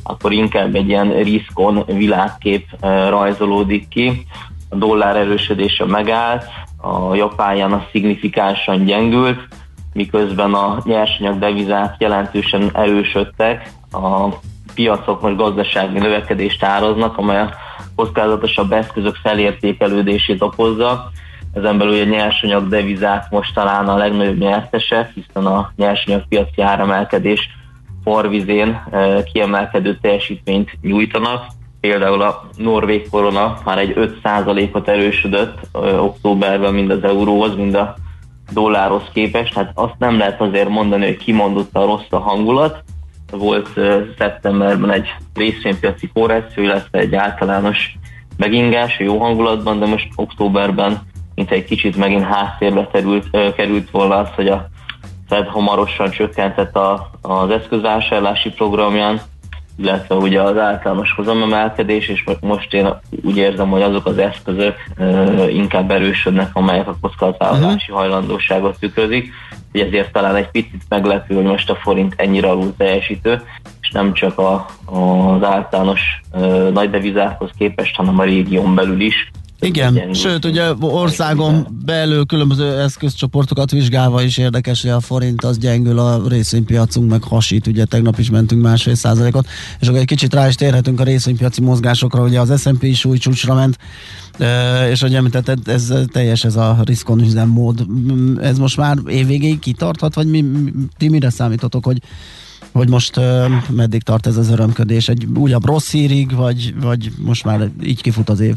akkor inkább egy ilyen risk-on világkép rajzolódik ki. A dollár erősödése megállt, a japán az szignifikánsan gyengült, miközben a nyersanyag devizák jelentősen erősödtek. A piacok most gazdasági növekedést tároznak, amely a kockázatosabb eszközök felértékelődését okozza. Ezen belül a nyersanyag devizák most talán a legnagyobb nyertesek, hiszen a nyersanyagpiaci áremelkedés forvizén kiemelkedő teljesítményt nyújtanak. Például a norvég korona már egy öt százalékot erősödött októberben mind az euróhoz, mind a dollárhoz képest. Hát azt nem lehet azért mondani, hogy kimondott a rossz a hangulat. Volt szeptemberben egy részvénypiaci korrekció, illetve egy általános megingás jó hangulatban, de most októberben mint egy kicsit megint háttérbe terült, került volna az, hogy a Fed hamarosan csökkentett a, az eszközvásárlási programján, illetve ugye az általános hozamemelkedés, és most én úgy érzem, hogy azok az eszközök uh, inkább erősödnek, amelyek a kockázatvállalási uh-huh. hajlandóságot tükrözik, hogy ezért talán egy picit meglepő, hogy most a forint ennyire alul teljesítő, és nem csak a, az általános uh, nagy devizákhoz képest, hanem a régión belül is. Igen, sőt, ugye országon belül különböző eszközcsoportokat vizsgálva is érdekes, hogy a forint az gyengül, a részvénypiacunk meg hasít, ugye tegnap is mentünk másfél százalékot, és akkor egy kicsit rá is térhetünk a részvénypiaci mozgásokra, ugye az es and pé is új csúcsra ment, és hogy említetted, ez teljes ez a riskon üzemmód. Ez most már évvégéig kitarthat, vagy mi, ti mire számítotok, hogy hogy most meddig tart ez az örömködés? Egy újabb rossz hírig, vagy, vagy most már így kifut az év?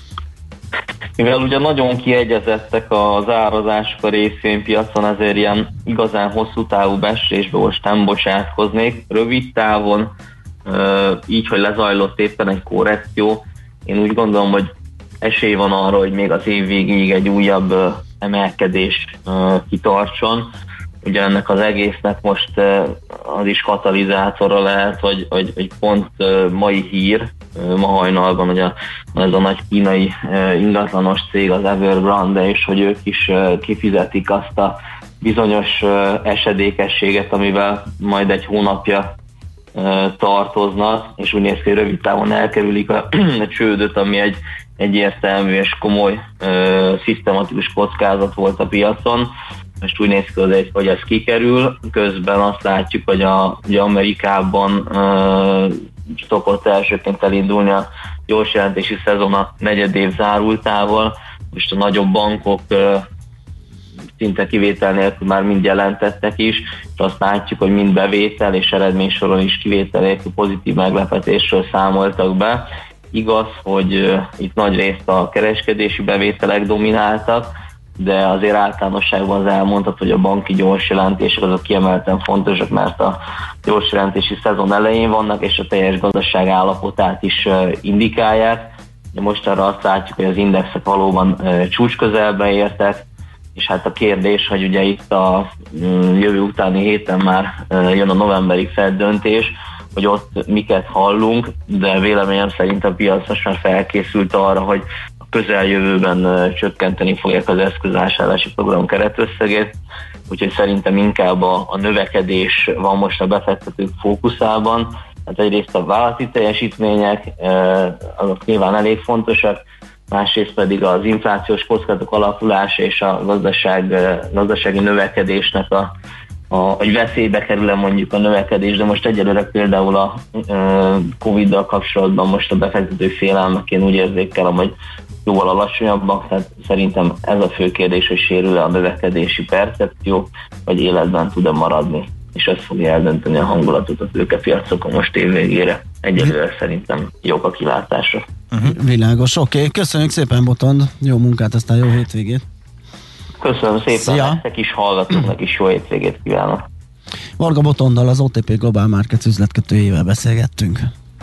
Mivel ugye nagyon kiegyezettek az árazások a részvénypiacon, ezért ilyen igazán hosszú távú beslésbe most nem bocsátkoznék. Rövid távon, így, hogy lezajlott éppen egy korrekció, én úgy gondolom, hogy esély van arra, hogy még az év végéig egy újabb emelkedés kitartson. Ugye ennek az egésznek most az is katalizátora lehet, hogy, hogy, hogy pont mai hír, ma hajnalban ugye ez a nagy kínai ingatlanos cég, az Evergrande, és hogy ők is kifizetik azt a bizonyos esedékességet, amivel majd egy hónapja tartoznak, és úgy néz ki, rövid távon elkerülik a, a csődöt, ami egy egyértelmű és komoly szisztematikus kockázat volt a piacon. Most úgy néz ki, hogy ez kikerül, közben azt látjuk, hogy a, ugye Amerikában uh, szokott elsőként elindulni a gyors jelentési szezon a negyed év zárultával. Most a nagyobb bankok uh, szinte kivétel nélkül már mind jelentettek is, és azt látjuk, hogy mind bevétel és eredménysoron is kivétel nélkül pozitív meglepetésről számoltak be. Igaz, hogy uh, itt nagy részt a kereskedési bevételek domináltak, de azért általánosságban az elmondhat, hogy a banki gyors jelentések azok kiemelten fontosak, mert a gyors jelentési szezon elején vannak, és a teljes gazdaság állapotát is indikálják. De most arra azt látjuk, hogy az indexek valóban csúcs közelbe értek, és hát a kérdés, hogy ugye itt a jövő utáni héten már jön a novemberi Fed döntés, hogy ott miket hallunk, de véleményem szerint a piac most már felkészült arra, hogy közeljövőben uh, csökkenteni fogják az eszközvásárlási program keretösszegét, úgyhogy szerintem inkább a, a növekedés van most a befektetők fókuszában. Hát egyrészt a vállalati teljesítmények, uh, azok nyilván elég fontosak, másrészt pedig az inflációs kockázatok alakulása és a gazdaság, uh, gazdasági növekedésnek a, a, hogy veszélybe kerül mondjuk a növekedés, de most egyelőre például a uh, Covid-dal kapcsolatban most a befektető félelmek, én úgy érzékelem, hogy jóval alacsonyabbak, tehát szerintem ez a fő kérdés, hogy sérül-e a növekedési percepció, vagy életben tud-e maradni, és ez fogja eldönteni a hangulatot a tőkepiacokon most év végére. Egyelőre szerintem jók a kilátásra. Uh-huh. Világos, oké. Okay. Köszönjük szépen, Botond. Jó munkát, aztán jó hétvégét. Köszönöm szépen, nektek is, hallgatóknak is jó hétvégét kívánok. Varga Botonddal, az o té pé Global Markets üzletkötőjével beszélgettünk.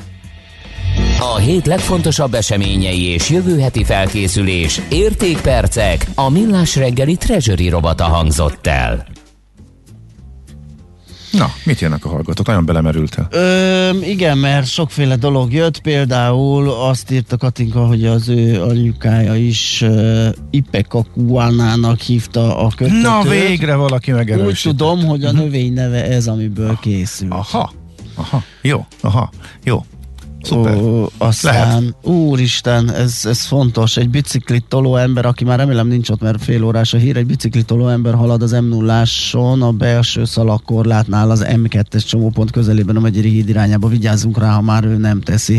A hét legfontosabb eseményei és jövő heti felkészülés, értékpercek, a Millás reggeli Treasury rovata hangzott el. Na, mit jönnek a hallgatók? Nagyon belemerültel. Ö, igen, mert sokféle dolog jött, például azt írta Katinka, hogy az ő anyukája is uh, Ipecacuanának hívta a kötetőt. Na végre valaki megerősített. Úgy tudom, hogy a növény neve ez, amiből készült. Aha. Aha, jó, aha, jó. Szuper. Ó, aztán, lehet. Úristen, ez, ez fontos, egy biciklit toló ember, aki már remélem nincs ott, mert fél órás a hír, egy biciklit toló ember halad az em nulláson a belső szalagkorlátnál az em kettes csomópont közelében a Megyeri híd irányába. Vigyázzunk rá, ha már ő nem teszi.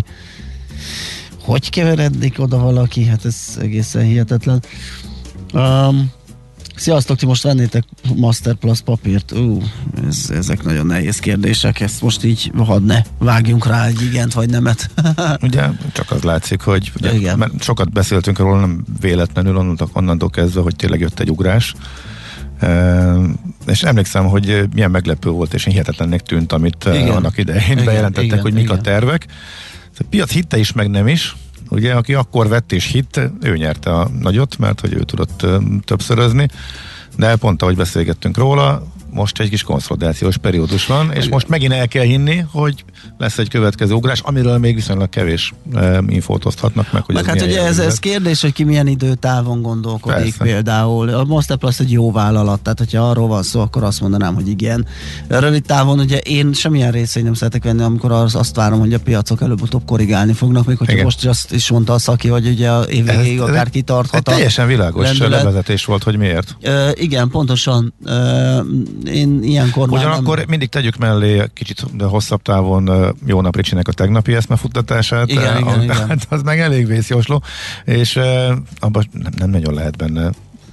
Hogy keverednék oda valaki? Hát ez egészen hihetetlen. Um, Sziasztok, ti most vennétek Masterplus papírt? Ú, ez, ezek nagyon nehéz kérdések, ezt most így hadd ne vágjunk rá egy igent vagy nemet. Ugye csak az látszik, hogy ugye, mert sokat beszéltünk róla, nem véletlenül onnantól, onnantól kezdve, hogy tényleg jött egy ugrás. E, és emlékszem, hogy milyen meglepő volt, és hihetetlennek tűnt, amit igen. annak idején igen, bejelentettek, igen, hogy mik igen. a tervek. A piac hitte is, meg nem is. Ugye, aki akkor vett és hitt, ő nyerte a nagyot, mert hogy ő tudott uh, többszörözni, de pont ahogy beszélgettünk róla, most egy kis konszolidációs periódus van, és most megint el kell hinni, hogy lesz egy következő ugrás, amiről még viszonylag kevés e, infót oszthatnak meg. Hogy meg ez hát ugye ez, ez kérdés, hogy ki milyen időtávon gondolkodik. Persze. Például. A Masterplus egy jó vállalat, tehát hogyha arról van szó, akkor azt mondanám, hogy igen. Rövid távon ugye én semmilyen részén nem szeretek venni, amikor az, azt várom, hogy a piacok előbb-utóbb korrigálni fognak, még hogyha igen. most azt is mondta a szaki, hogy ugye a év végéig akár kitarthat. Teljesen világos levezetés volt, hogy miért. E, igen, pontosan. E, én ilyenkor ugyanakkor nem... mindig tegyük mellé kicsit de hosszabb távon uh, Jóna Ricsinek a tegnapi eszmefuttatását. Igen, uh, igen, igen. Hát az meg elég vészjósló, és uh, abban nem, nem nagyon lehet benne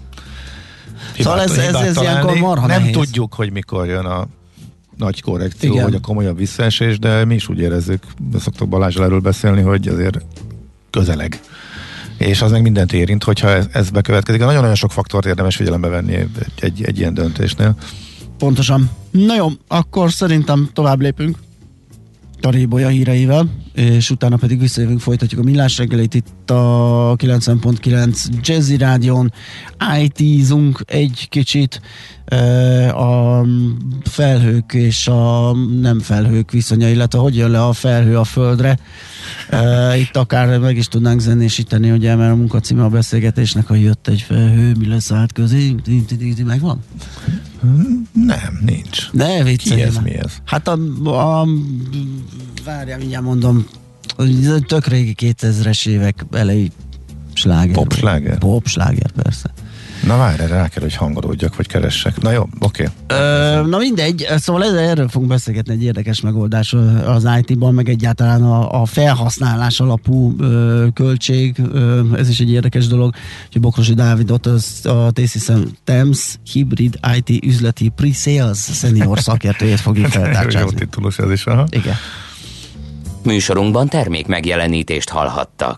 szóval ez, ez, ez ilyenkor marha nem nehéz. Tudjuk, hogy mikor jön a nagy korrekció, igen. vagy a komolyabb visszaesés, de mi is úgy érezzük, szoktok Balázsral erről beszélni, hogy azért közeleg. És az meg mindent érint, hogyha ez, ez bekövetkezik. Nagyon-nagyon sok faktort érdemes figyelembe venni egy, egy, egy ilyen döntésnél. Pontosan. Na jó, akkor szerintem tovább lépünk Tarébolya híreivel, és utána pedig visszajövünk, folytatjuk a Millás reggelit itt a kilencven pont kilenc Jazzy Rádión. í té-zunk egy kicsit a felhők és a nem felhők viszonya, illetve hogy jön le a felhő a földre. Itt akár meg is tudnánk zenésíteni, ugye, mert a munkacíme a beszélgetésnek, hogy jött egy felhő, mi lesz át közé, megvan? Nem, nincs. Ne viccelj. Ki ez, mi ez? Hát a, a várjál, mindjárt mondom, tök régi kétezres évek elejé sláger. Pop sláger? Pop sláger, persze. Na várj, rá kell, hogy hangolódjak, vagy keressek. Na jó, oké. Okay. Na mindegy, szóval ez, erről fogunk beszélgetni, egy érdekes megoldás az í té-ban, meg egyáltalán a, a felhasználás alapú ö, költség, ö, ez is egy érdekes dolog, hogy Bokrosi Dávidot az, a T-Systems Hybrid í té üzleti pre-sales senior szakértőjét fogjuk feltárcsázni. Jó titulus ez is, aha. Igen. Műsorunkban termék megjelenítést hallhattak.